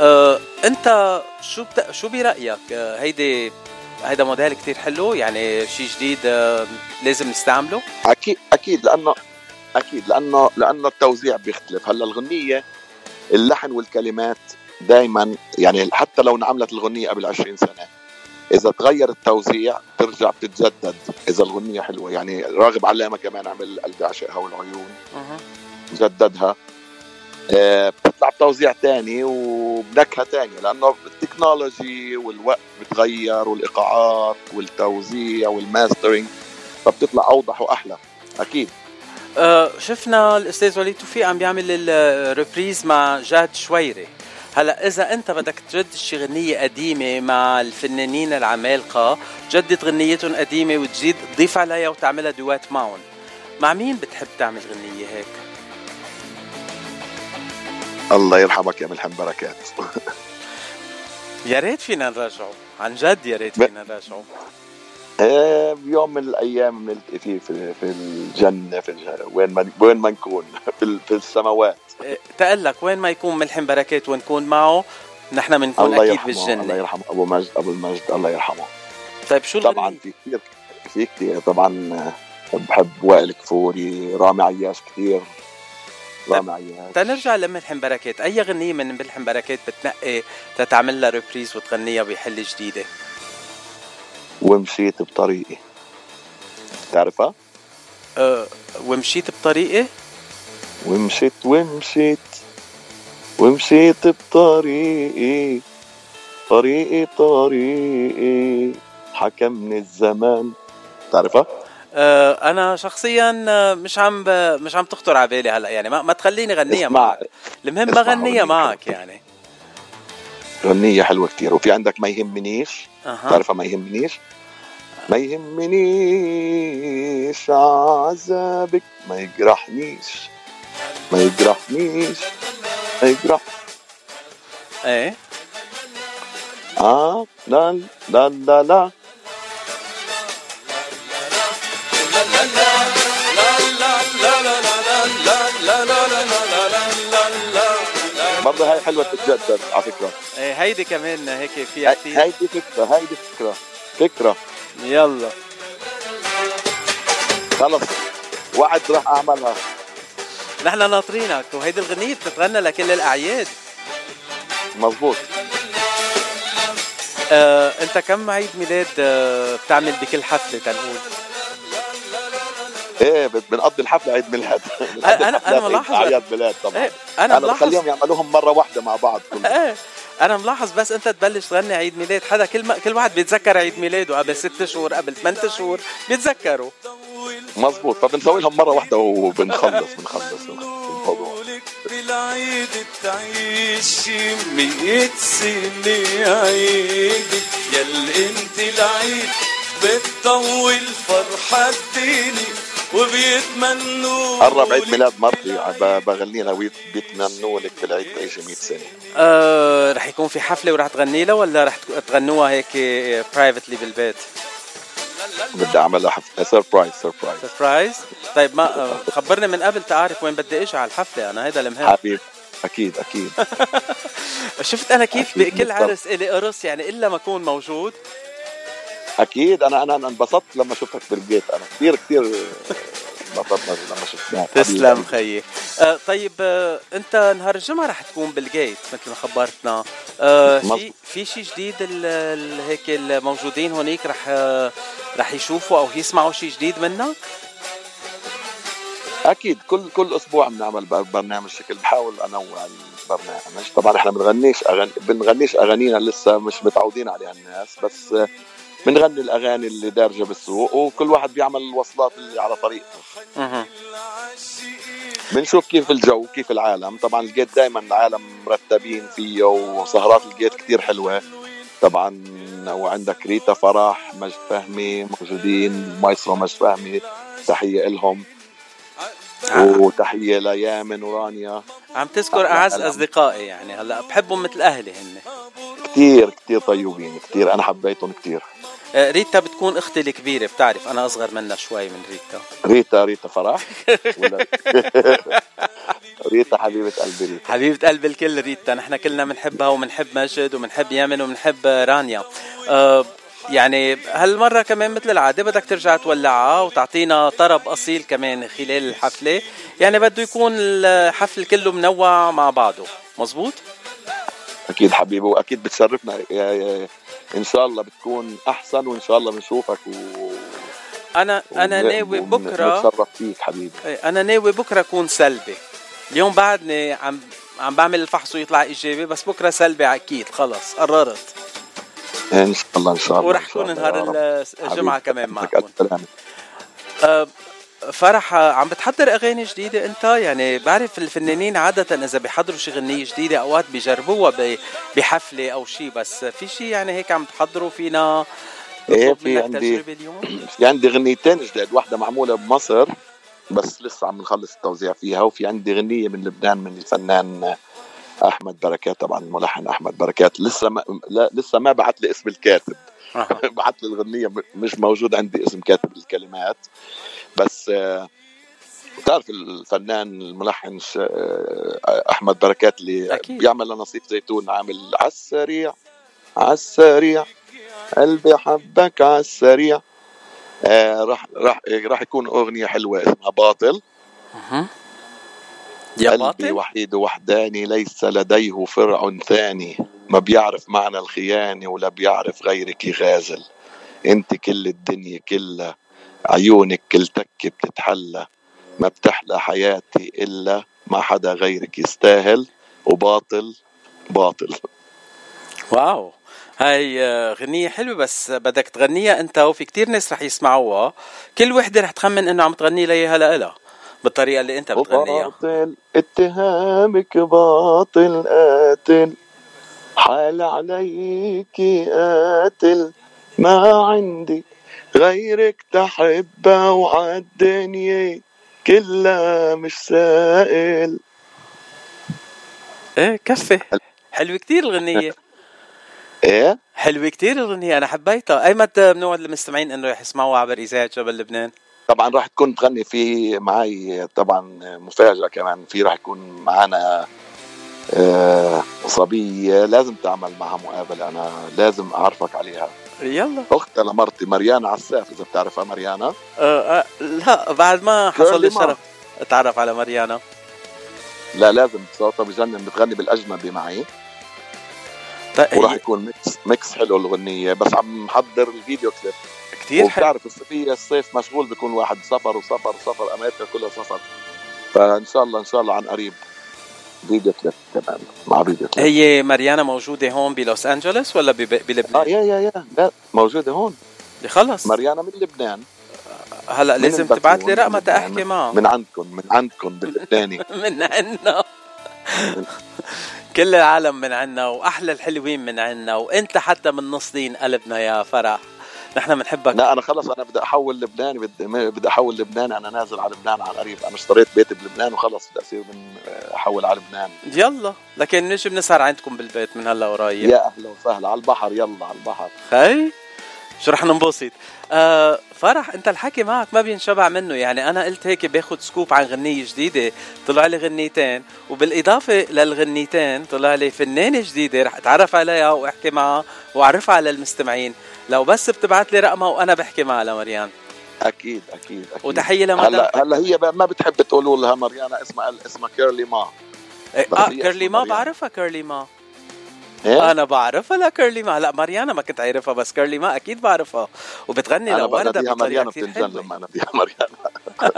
انت شو برايك؟ هيدا موديل كتير حلو، يعني شيء جديد لازم نستعمله. اكيد لانه التوزيع بيختلف. هلا الغنيه اللحن والكلمات دايما يعني حتى لو انعملت الغنيه قبل 20 سنه إذا تغير التوزيع ترجع تتجدد. إذا الغنية حلوة يعني راغب علامة كمان عمل قلبي عاشقها والعيون جددها، بتطلع بتوزيع تاني وبنكهة تانية، لأنه التكنولوجي والوقت بتغير والإيقاعات والتوزيع والماسترينج، فبتطلع أوضح وأحلى. أكيد. شفنا الأستاذ وليد توفيق عم بيعمل الريبريز مع جاد شويري. هلا إذا أنت بدك تجدد شي غنية قديمة مع الفنانين العمالقة، جدد غنيتهم قديمة وتزيد تضيف عليها وتعملها دوات معهم، مع مين بتحب تعمل غنية هيك؟ الله يرحمك يا ملحم بركات. يا ريت فينا نرجعه، عن جد يا ريت فينا نرجعه. بيوم من الأيام بنلتقي فيه في الجنة، وين ما نكون في السماوات. تقلك وين ما يكون ملحم بركات ونكون معه نحن بنكون أكيد بالجنة. الله يرحمه أبو المجد الله يرحمه. طيب شو طبعا في كتير طبعا بحب وائل كفوري، رامي عياش كتير رامي عياد. تنرجع لملحم بركات، أي غنية من ملحم بركات بتنقي تتعمل لها ريبريز وتغنيها بحل جديدة؟ ومشيت بطريقي، تعرفها؟ ومشيت بطريقي. ومشيت بطريقي، طريقي حكمني الزمان، تعرفها؟ انا شخصيا مش عم تخطر على بالي هلا، يعني ما تخليني غنيها معك، المهم بغنيها معك يعني. غنية حلوة كتير. وفي عندك ما يهمنيش، تعرفها؟ ما يهمنيش عذابك، ما يجرح ايه لا لا لا لا برضه هاي حلوة تتجدد على فكرة. هيدي كمان هيك فيها كتير. هيدي فكرة. يلا خلص وعد راح أعملها. نحن ناطرينك، وهيدي الغنية بتتغنى لكل الأعياد. مزبوط. أنت كم عيد ميلاد بتعمل بكل حفلة تنقول؟ ايه بنقضي الحفله عيد ميلاد. انا ملاحظ اعياد ميلاد طبعا. إيه انا بخليهم يعملوهم مره واحده مع بعض كلهم. انا ملاحظ بس انت تبلش تغني عيد ميلاد حدا كل واحد بيتذكر عيد ميلاده قبل 6 شهور قبل 8 شهور بيتذكروا. مزبوط، فبنسوي لهم مره واحده وبنخلص الموضوع. بالعيد تعيش 100 سنة عيدك يال انت العيد بتطول فرحة الدنيا وبيتمنوا. قرب عيد ميلاد مرتي بغني لها بيتمنوا لك بالعيد تعيش 100 سنة. رح يكون في حفلة ورح تغني لها ولا رح تغنوها هيك برايفتلي بالبيت؟ بدي اعملها حفلة سربرايز. طيب ما خبرني من قبل تعرف وين بدي اجي على الحفلة، انا هيدا المهم. حبيب اكيد شفت انا كيف بكل عرس الي قرص يعني الا ما اكون موجود. اكيد انا انبسطت لما شفتك بالبيت، انا كثير انبسطنا لما شفتك. تسلم خيي. طيب انت نهار الجمعة رح تكون بالجيت مثل ما خبرتنا. في شيء جديد هيك الموجودين هونيك رح يشوفوا او يسمعوا شيء جديد منك؟ اكيد كل اسبوع بنعمل برنامج شكل، بحاول انوع البرنامج. طبعا احنا بنغنيش اغانينا لسه مش متعودين عليها الناس، بس بنغني الاغاني اللي دارجه بالسوق وكل واحد بيعمل الوصلات اللي على طريقته. بنشوف كيف الجو كيف العالم. طبعا الجيت دايما العالم مرتبين فيه وسهرات الجيت كتير حلوه طبعا. وعندك ريتا فرح، مجد فهمي موجودين، مايسترو مجد فهمي، تحيه لهم وتحيه ليامن ورانيا. عم تذكر اعز اصدقائي يعني هلا بحبهم مثل اهلي هن. كتير طيبين كتير، انا حبيتهم كتير. ريتا بتكون اختي الكبيره، بتعرف انا اصغر منها شوي من ريتا فرح. ريتا حبيبه قلبي، حبيبه قلب الكل ريتا. نحن كلنا بنحبها وبنحب مجد وبنحب يامن وبنحب رانيا. يعني هالمرة كمان مثل العادة بدك ترجع تولعها وتعطينا طرب أصيل كمان خلال الحفلة، يعني بده يكون الحفل كله منوع مع بعضه. مزبوط؟ أكيد حبيبي، وأكيد بتشرفنا. إن شاء الله بتكون أحسن، وإن شاء الله بنشوفك أنا ناوي بكرة نتشرف فيك حبيبي. أنا ناوي بكرة أكون سلبي. اليوم بعدني عم بعمل الفحص ويطلع إيجابي، بس بكرة سلبي أكيد، خلص قررت. إن شاء الله ورح كون نهار الجمعة كمان معكم. فرح، عم بتحضر أغاني جديدة أنت؟ يعني بعرف الفنانين عادة إذا بيحضروا شي غنية جديدة أوقات بيجربوها بحفلة أو شي، بس في شي يعني هيك عم تحضروا فينا؟ في عندي غنيتين جديد، واحدة معمولة بمصر بس لسه عم نخلص التوزيع فيها، وفي عندي غنية من لبنان من الفنان أحمد بركات، طبعا الملحن أحمد بركات. لسه ما بعت لي اسم الكاتب. بعت لي الغنية، مش موجود عندي اسم كاتب الكلمات، بس تعرف الفنان الملحن أحمد بركات اللي أكيد بيعمل لنصيف زيتون، عامل عالسريع قلبي حبك عالسريع. راح يكون أغنية حلوة اسمها باطل. يا قلبي باطل. وحيد وحداني ليس لديه فرع ثاني، ما بيعرف معنى الخيانة ولا بيعرف غيرك يغازل. انت كل الدنيا كلها، عيونك كل تكة بتتحلى، ما بتحلى حياتي إلا ما حدا غيرك يستاهل. وباطل باطل. واو، هاي غنية حلوة، بس بدك تغنيها انت وفي كتير ناس رح يسمعوها، كل وحدة رح تخمن انه عم تغني ليها لها بالطريقة اللي انت بتغنيها. باطل اتهامك، باطل قاتل، حال عليك قاتل، ما عندي غيرك تحبها وعالدنيا كلها مش سائل. ايه كفي، حلوة كتير الغنية. ايه حلوة كتير الغنية، انا حبيتها. اي متى بنوعد المستمعين انه رح يسمعوها عبر اذاعة جبل لبنان؟ طبعا راح تكون تغني في معي طبعا مفاجأة كمان، في راح يكون معنا صبية لازم تعمل معها مقابلة، أنا لازم أعرفك عليها. يلا. أختها لمرتي مريانا عساف، إذا بتعرفها مريانا. لا بعد ما حصل لي الشرف اتعرف على مريانا. لا لازم، صوتها بجنن، بتغني بالأجنبي معي. وراح يكون ميكس حلو الغنية، بس عم محضر الفيديو كليب كتير حلو. وبتعرف الصيف مشغول، بيكون واحد سفر وسفر وسفر، أمريكا كلها سفر، فإن شاء الله عن قريب فيديو كليب كمان مع فيديو كليب. هي مريانا موجودة هون بلوس أنجلوس ولا بلبنان؟ يا لا موجودة هون. خلص مريانا من لبنان. هلا لازم تبعت لي رقمها تحكي معه. من عندكم باللبناني. من عنا. كل العالم من عنا، وأحلى الحلوين من عنا، وأنت حتى من نص دين قلبنا يا فرح، نحن بنحبك. لا أنا خلص، أنا بدي أحول لبناني، بدي أحول لبناني، أنا نازل على لبنان عن قريب، أنا اشتريت بيت بلبنان وخلص بدي أصير أحول على لبنان. يلا لكن نجي بنسهر عندكم بالبيت من هلا ورايح. يا أهلا وسهلا على البحر، يلا على البحر. خي شو رح ننبسط. فرح انت الحكي معك ما بينشبع منه، يعني انا قلت هيك باخد سكوب عن غنية جديدة، طلع لي غنيتين، وبالاضافة للغنيتين طلع لي فنانة جديدة رح اتعرف عليها واحكي معها واعرفها على المستمعين. لو بس بتبعت لي رقمها وانا بحكي معها لمريان. اكيد وتحية لمدام. هلا هي ما بتحب تقولوا لها مريانا، اسمها كيرلي ما. كيرلي ما بعرفها. كيرلي ما إيه؟ انا بعرفها. لا كيرلي ما، لا مريانا ما كنت عارفها، بس كيرلي ما اكيد بعرفها، وبتغني لوردة بطريقة كتير حلوة. مريانا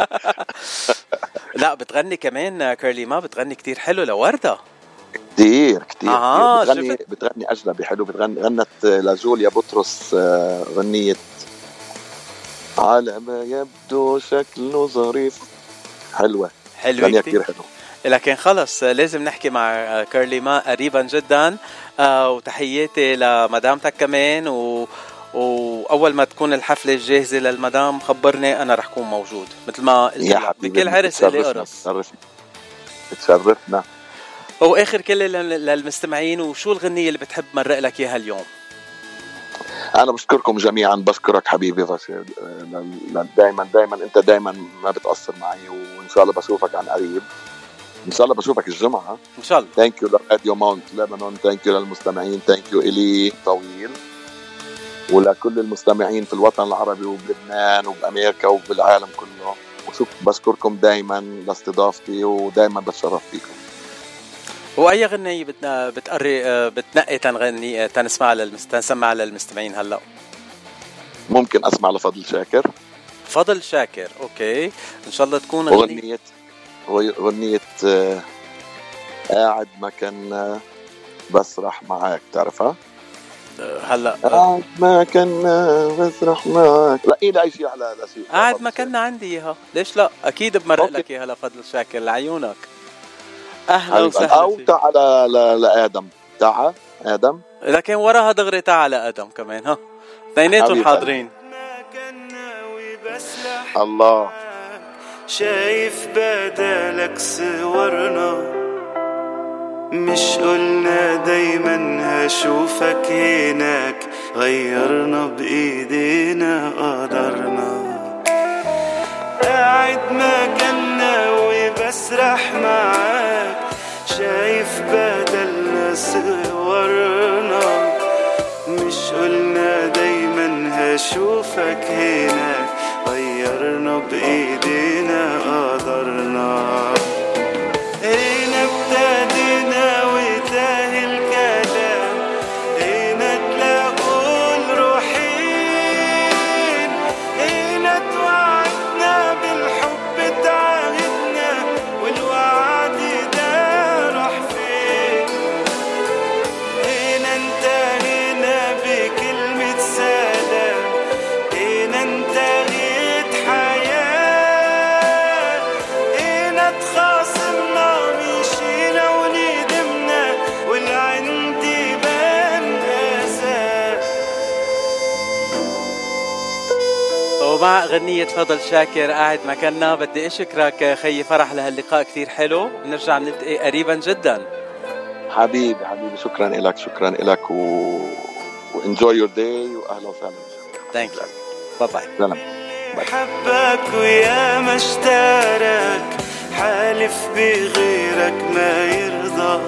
لا بتغني كمان كيرلي ما، بتغني كتير حلو لوردة كتير. بتغني أجنبي حلو. غنت لجوليا بطرس غنية على ما يبدو شكله ظريف، حلوة كتير حلو. لكن خلص لازم نحكي مع كيرلي ما قريبا جدا. وتحياتي لمدامتك كمان، وأول ما تكون الحفلة جاهزة للمدام خبرني، أنا رح كون موجود مثل ما قلت بكل عرس اللي قرص. تشرفنا. وآخر كل للمستمعين، وشو الغنية اللي بتحب مرق لك إياها اليوم؟ أنا بشكركم جميعا، بشكرك حبيبي دايما أنت دايما ما بتقصر معي، وإن شاء الله بشوفك عن قريب، إن شاء الله بشوفك الجمعة إن شاء الله. ثانك يو لراديو ماونت لبنان، ثانك يو للمستمعين، ثانك يو إلي طويل، ولكل المستمعين في الوطن العربي وبلبنان وبأمريكا وبالعالم كله. بشكركم دايما لاستضافتي، ودايما بتشرف فيكم. وأي غنية بتنقي تنغني تنسمع للمستمعين هلا؟ ممكن أسمع لفضل شاكر. فضل شاكر، أوكي، إن شاء الله تكون غنية قاعد مكان بسرح معاك، تعرفها؟ هلا قاعد مكاننا بسرح معاك. لا إيه أي شيء على شيء. قاعد مكاننا عندي إياها، ليش لا؟ أكيد بمرق لك إياها لفضل شاكر لعيونك. أهلا وسهلا. أو تعال لآدم، تعال آدم، لكن وراها دغري تعال آدم كمان، ها اثنيناتهم حاضرين. الله شايف بدالك صورنا، مش قلنا دايما هشوفك هناك، غيرنا بإيدينا قدرنا. قاعد مكاننا وبسرح معاك، شايف بدلنا صورنا، مش قلنا دايما هشوفك هناك، غيرنا بإيدينا قدرنا. ومع غنية فضل شاكر قاعد مكاننا. بدي أشكرك خي فرح لهاللقاء كتير حلو، بنرجع نلتقي قريبا جدا. حبيبي شكرا لك enjoy your day وأهلا وسهلا. Thank you. باي باي. سلام. حبك ويا ما اشترك، حالف بغيرك ما يرضى،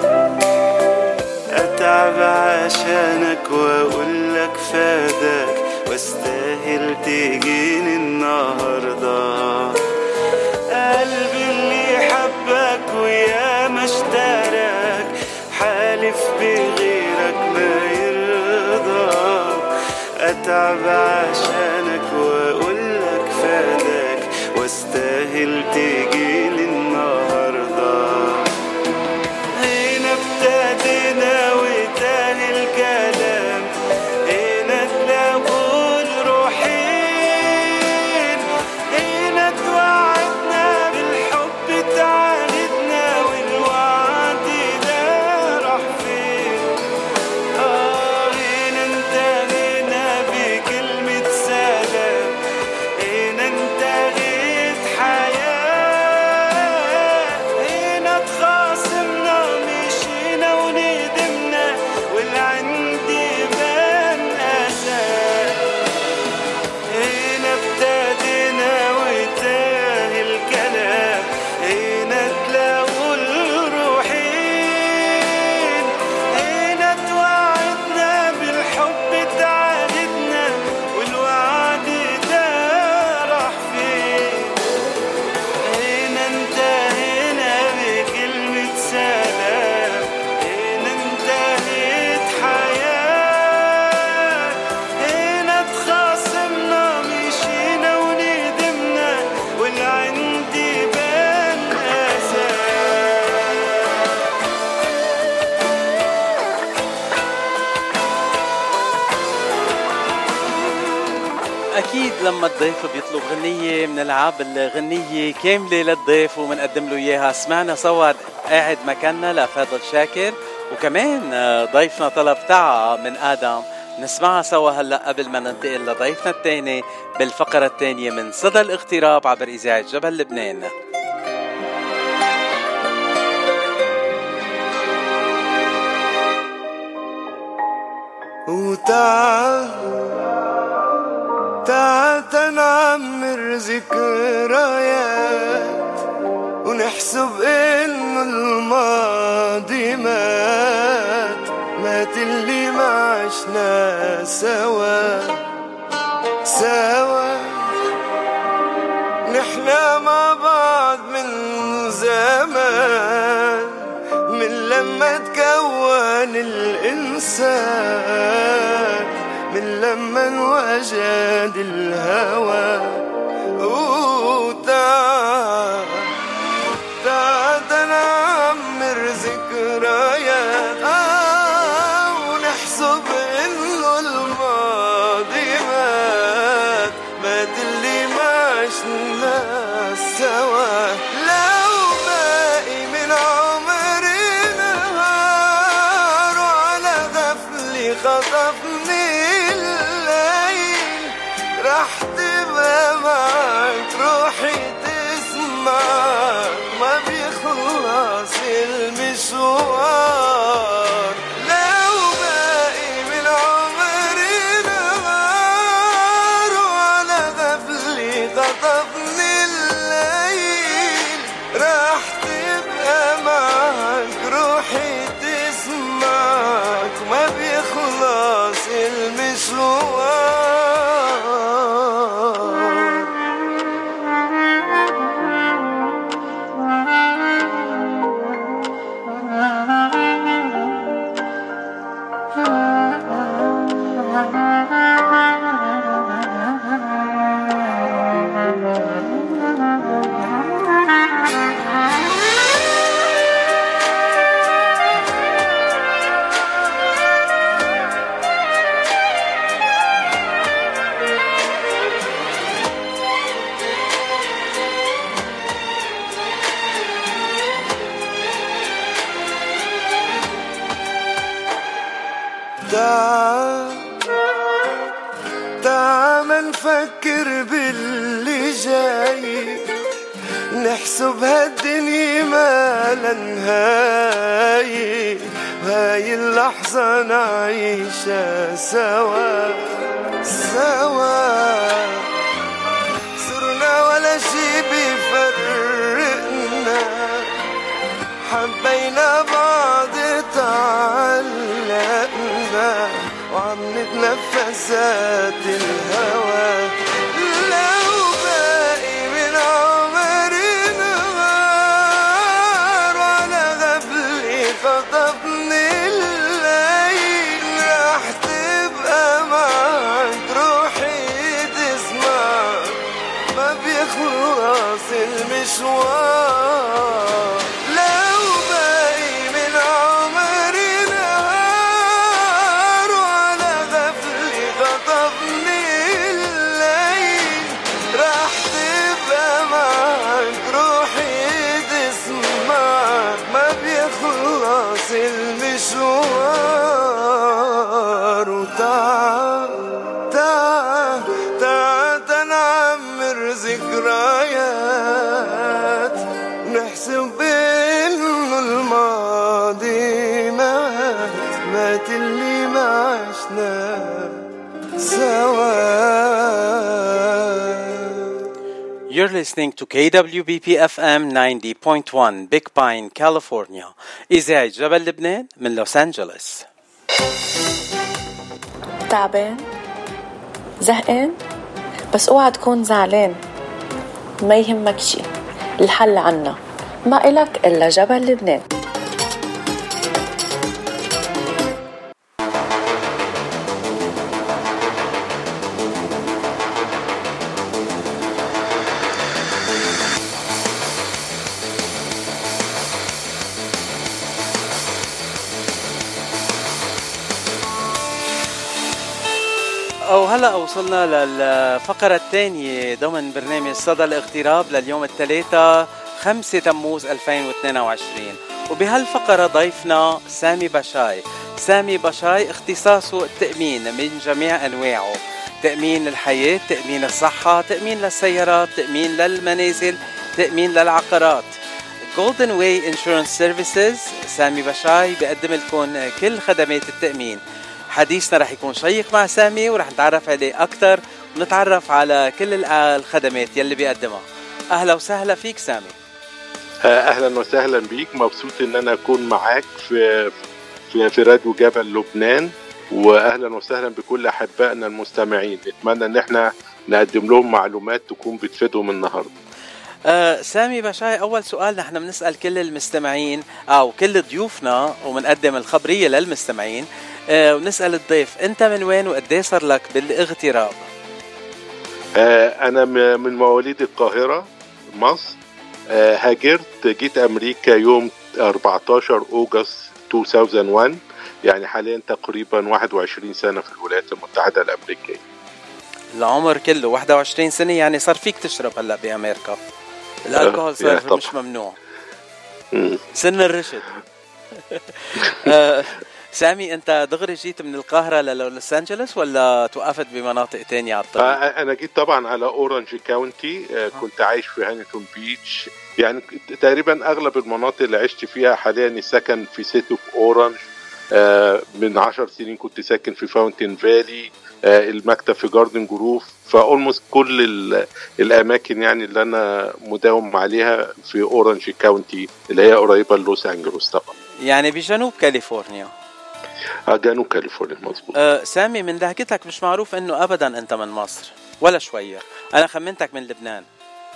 أتعب عشانك وأقولك فادك، واستاهل تجيني النهاردة. قلبي اللي حبك ويا ما اشترك، حالف بغيرك ما يرضى، أتعب عشانك وأقولك فادك، واستاهل تجيني النهاردة. هنا ابتدينا وتاني الكلام، هنا تلاقوا الروحين، هنا توعدنا بالحب تعاندنا، والوعد ده راح فين؟ هنا انتهينا بكلمة سلام، هنا انتهت حياة، هنا تخاصمنا مشينا وندمنا، والعندي بان أساس. هنا ابتدينا وتاه الكلام، هنا تلاقوا الروحين، هنا توعدنا بالحب تعاندنا، والوعد ده راح فين؟ هنا انتهينا بكلمة سلام، هنا انتهت حياة، هنا تخاصمنا مشينا وندمنا، والعندي بان أساس. أكيد لما الضيف بيطلب غنية منلعب الغنية كاملة للضيف ومنقدم له إياها. سمعنا سوا قاعد مكاننا لفضل شاكر، وكمان ضيفنا طلب تعا من آدم. نسمعها سوا هلأ قبل ما ننتقل لضيفنا الثاني بالفقرة الثانية من صدى الاغتراب عبر إذاعة جبل لبنان. تعال نعمر ذكريات، ونحسب إنه الماضي مات اللي ما عشنا سوا. نحنا مع بعض من زمان، من لما تكون الإنسان، من لما انوجد الهوى. تعال نعمر ذكريات، ونحسب إنه الماضي مات اللي ما عشنا سوا. لو باقي من عمرنا نهار، وعلى غفلي خطفني الليل، راح تبقى معك روحي تسمع، ما بيخلص المشوار. لو باقي من عمري نهار، وعلى غفلي خطفني الليل، راح تبقى معك روحي تسمعك، ما بيخلص المشوار. تعال نفكر باللي جاي، نحسب هالدنيا ما لنهاي، وهاي اللحظة نعيشها سوا سوا. صرنا ولا شي بيفرقنا، حبينا بعض تعلقنا، وعم نتنفسات الهوى. لو باقي من عمرنا وعلى غفلي خطفني الليل، راح تبقى معك روحي تسمع، ما بيخلص المشوار. لو باقي من عمرنا وعلى غفلي خطفني الليل، راح تبقى معك روحي تسمع، ما بيخلص المشوار. وتعال تعال تعال تنعمر ذكريات، نحسب انه الماضي مات اللي ما عشنا سوا. You're listening to KWBP FM 90.1 Big Pine, California. إذاعة جبل لبنان من لوس أنجلوس. تعبان؟ زهقان؟ بس اوعى تكون زعلان، ما يهمك شي، الحل عنا، ما إلك إلا جبل لبنان. وهلأ وصلنا للفقرة الثانية ضمن برنامج صدى الاغتراب لليوم الثلاثاء 5 تموز 2022. وبهالفقرة ضيفنا سامي بشاي. سامي بشاي اختصاصه التأمين من جميع أنواعه، تأمين للحياة، تأمين الصحة، تأمين للسيارات، تأمين للمنازل، تأمين للعقارات. Golden Way Insurance Services سامي بشاي بيقدم لكم كل خدمات التأمين. حديثنا رح يكون شيق مع سامي ورح نتعرف عليه أكتر ونتعرف على كل الخدمات يلي بيقدمها. أهلا وسهلا فيك سامي. أهلا وسهلا بيك، مبسوط إن أنا أكون معاك في راديو جبل لبنان، وأهلا وسهلا بكل أحبائنا المستمعين. نتمنى إن احنا نقدم لهم معلومات تكون بتفيدهم النهاردة. سامي بشاي، أول سؤال نحن بنسأل كل المستمعين أو كل ضيوفنا ومنقدم الخبرية للمستمعين، ونسأل الضيف أنت من وين وقديه صار لك بالاغتراب؟ أنا من مواليد القاهرة مصر. هاجرت جيت أمريكا يوم 14 أغسطس 2001، يعني حاليا تقريبا 21 سنة في الولايات المتحدة الأمريكية. العمر كله 21 سنة، يعني صار فيك تشرب هلأ بأمريكا الألكوهول، صار مش ممنوع. سن الرشد. سامي، أنت دغري جيت من القاهرة للوس أنجلوس ولا توقفت بمناطق تانية على الطريق؟ أنا جيت طبعا على أورنج كاونتي. كنت عايش في هانيتون بيتش، يعني تقريبا أغلب المناطق اللي عشت فيها حاليا سكن في سيتي في أورنج. من 10 سنين كنت ساكن في فاونتين فالي، المكتب في جاردن جروف، فأولموست كل الأماكن يعني اللي أنا مداوم عليها في أورنج كاونتي اللي هي قريبة لوس أنجلوس طبعا، يعني بجنوب كاليفورنيا. جنوب كاليفورنيا مظبوط. سامي، من لهجتك مش معروف انه ابدا انت من مصر ولا شوية، انا خمنتك من لبنان.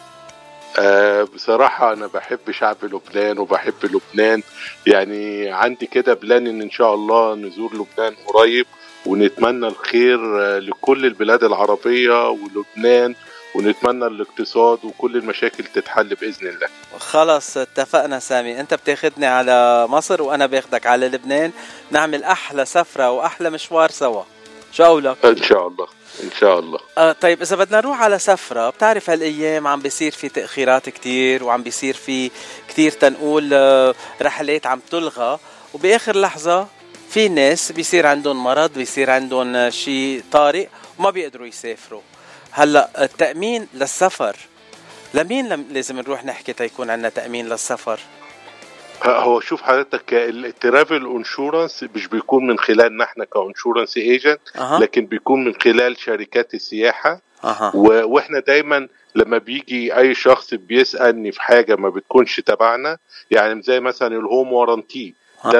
بصراحة أنا بحب شعب لبنان وبحب لبنان، يعني عندي كده بلان إن شاء الله نزور لبنان قريب، ونتمنى الخير لكل البلاد العربية ولبنان، ونتمنى الاقتصاد وكل المشاكل تتحل بإذن الله. خلاص اتفقنا سامي، انت بتاخدني على مصر وانا باخدك على لبنان، نعمل احلى سفرة واحلى مشوار سوا. شو قولك؟ ان شاء الله ان شاء الله. طيب اذا بدنا نروح على سفرة، بتعرف هالايام عم بيصير في تأخيرات كتير، وعم بيصير في كتير تنقول رحلات عم تلغى، وبآخر لحظة في ناس بيصير عندهم مرض، بيصير عندهم شيء طارئ وما بيقدروا يسافروا. هلا التأمين للسفر لمين لازم نروح نحكي تيكون عندنا تأمين للسفر؟ هو شوف حضرتك الترافل انشورنس مش بيكون من خلالنا احنا كانشورنس ايجنت، لكن بيكون من خلال شركات السياحة. واحنا دايما لما بيجي اي شخص بيسألني في حاجة ما بتكونش تبعنا، يعني زي مثلا الهوم وارنتي ده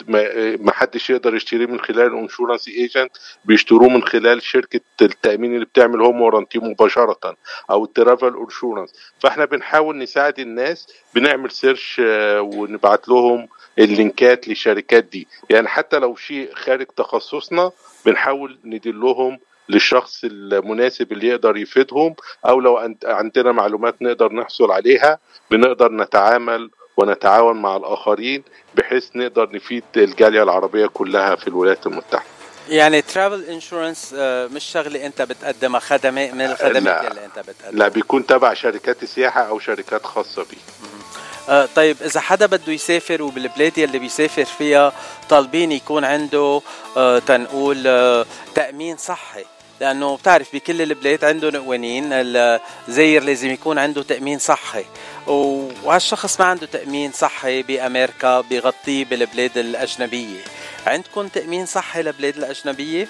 ما حدش يقدر يشتريه من خلال الانشورنس ايجنت، بيشتروه من خلال شركة التأمين اللي بتعمل هوم وارنتي مباشرة او الترافل انشورنس. فاحنا بنحاول نساعد الناس، بنعمل سيرش ونبعت لهم اللينكات للشركات دي، يعني حتى لو شيء خارج تخصصنا بنحاول ندلهم للشخص المناسب اللي يقدر يفيدهم، او لو عندنا معلومات نقدر نحصل عليها بنقدر نتعامل ونتعاون مع الآخرين بحيث نقدر نفيد الجالية العربية كلها في الولايات المتحدة. يعني ترافل انشورنس مش شغلة انت بتقدمها، خدمات من الخدمات اللي انت بتقدمها؟ لا، بيكون تبع شركات السياحة او شركات خاصة بيه. طيب إذا حدا بده يسافر وبالبلاد اللي بيسافر فيها طالبين يكون عنده تنقول تأمين صحي، لأنه بتعرف بكل البلاد عنده قوانين الزائر لازم يكون عنده تأمين صحي، وهالشخص ما عنده تأمين صحي بأمريكا بيغطيه بالبلاد الأجنبية. عندكم تأمين صحي لبلاد الأجنبية؟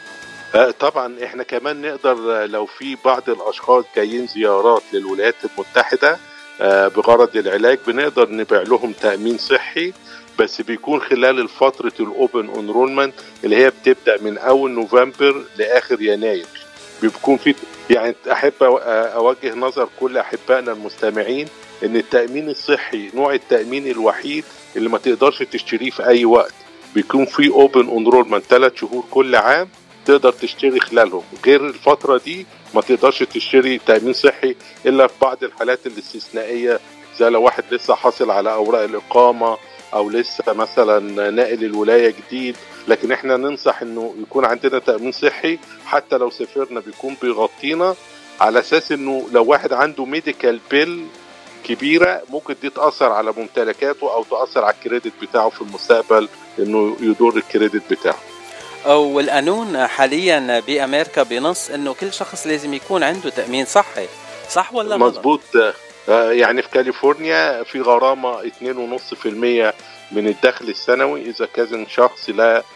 طبعا احنا كمان نقدر لو في بعض الأشخاص جايين زيارات للولايات المتحدة بغرض العلاج بنقدر نبيع لهم تأمين صحي، بس بيكون خلال الفترة الأوبن انرولمنت اللي هي بتبدأ من أول نوفمبر لآخر يناير. بيكون في يعني أحب أوجه نظر كل أحبائنا المستمعين إن التأمين الصحي نوع التأمين الوحيد اللي ما تقدرش تشتريه في أي وقت. بيكون في اوبن انرولمنت 3 شهور كل عام تقدر تشتري خلالهم، غير الفترة دي ما تقدرش تشتري تأمين صحي إلا في بعض الحالات الاستثنائية، زي لو واحد لسه حاصل على أوراق الإقامة أو لسه مثلا ناقل الولاية جديد. لكن احنا ننصح إنه يكون عندنا تأمين صحي حتى لو سافرنا بيكون بيغطينا، على أساس إنه لو واحد عنده ميديكال بيل كبيرة ممكن دي تأثر على ممتلكاته أو تأثر على الكريدت بتاعه في المستقبل، إنه يدور الكريدت بتاعه. والقانون حاليا بأمريكا بنص إنه كل شخص لازم يكون عنده تأمين صحي، صح ولا غلط؟ مظبوط. يعني في كاليفورنيا في غرامة 2.5% من الدخل السنوي إذا كان شخص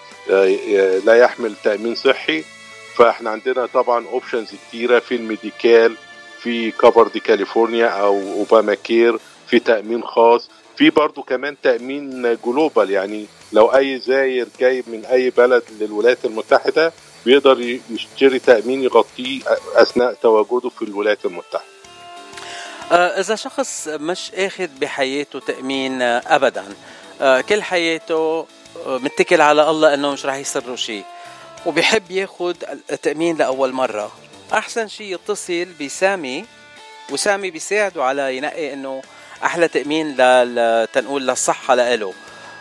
لا يحمل تأمين صحي. فاحنا عندنا طبعا اوبشنز كتيرة في الميديكال، في كفر دي كاليفورنيا او اوباما كير، في تأمين خاص، في برضو كمان تأمين جلوبال، يعني لو اي زائر جاي من اي بلد للولايات المتحدة بيقدر يشتري تأمين يغطيه اثناء تواجده في الولايات المتحدة. اذا شخص مش اخذ بحياته تأمين ابدا، كل حياته متكل على الله انه مش راح يصير شيء وبيحب ياخد التأمين لأول مرة، أحسن شيء يتصل بسامي، وسامي بيساعده على ينقي إنه أحلى تأمين تنقول للصحة لإله.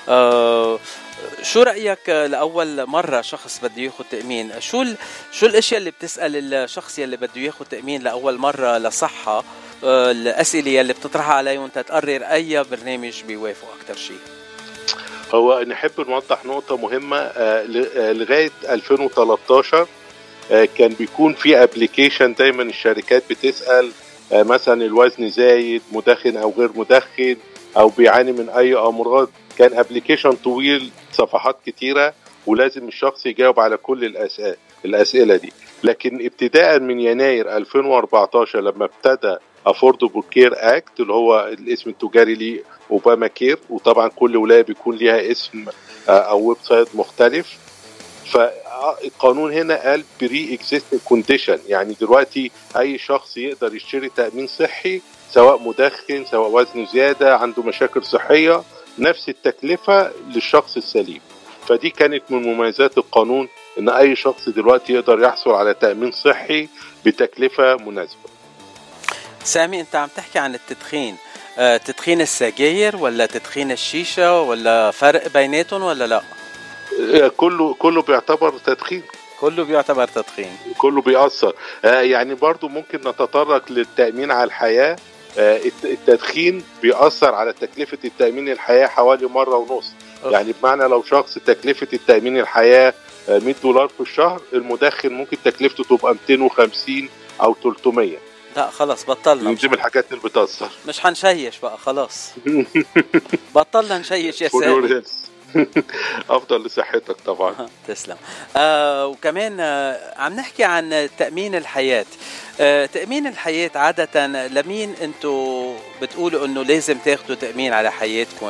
شو رأيك لأول مرة شخص بده ياخد تأمين؟ شو الأشياء اللي بتسأل الشخص يلي بده ياخد تأمين لأول مرة للصحة؟ الأسئلة يلي بتطرحها عليه وانت تقرر أي برنامج بيوافق أكتر شيء. هو نحب نوضح نقطة مهمة. لغاية 2013 كان بيكون في ابليكيشن دايما الشركات بتسأل مثلا الوزن زايد، مدخن او غير مدخن، او بيعاني من اي امراض. كان ابليكيشن طويل صفحات كتيرة ولازم الشخص يجاوب على كل الاسئلة دي. لكن ابتداء من يناير 2014 لما ابتدى Affordable Care Act اللي هو الاسم التجاري ليه اوباما كير، وطبعا كل ولاية بيكون ليها اسم او ويب سايت مختلف، فالقانون هنا قال بري اكزيستنج كونديشن، يعني دلوقتي اي شخص يقدر يشتري تأمين صحي سواء مدخن سواء وزنه زيادة عنده مشاكل صحية، نفس التكلفة للشخص السليم. فدي كانت من مميزات القانون ان اي شخص دلوقتي يقدر يحصل على تأمين صحي بتكلفة مناسبة. سامي انت عم تحكي عن التدخين، تدخين السجاير ولا تدخين الشيشة، ولا فرق بيناتهم ولا لا؟ كله بيعتبر تدخين. كله بيعتبر تدخين، كله بيأثر. يعني برضو ممكن نتطرق للتأمين على الحياة. التدخين بيأثر على تكلفة التأمين الحياة حوالي 1.5 مرة. يعني بمعنى لو شخص تكلفة التأمين الحياة $100 في الشهر، المدخن ممكن تكلفته تبقى 250 او 300. لا خلاص بطلنا، دي من الحاجات اللي بتأثر. مش هنشيش بقى خلاص. بطلنا نشيش يا سامي. افضل لصحتك طبعا. تسلم. وكمان عم نحكي عن تأمين الحياة. تأمين الحياة عادة لمين انتو بتقولوا انه لازم تاخدوا تأمين على حياتكم؟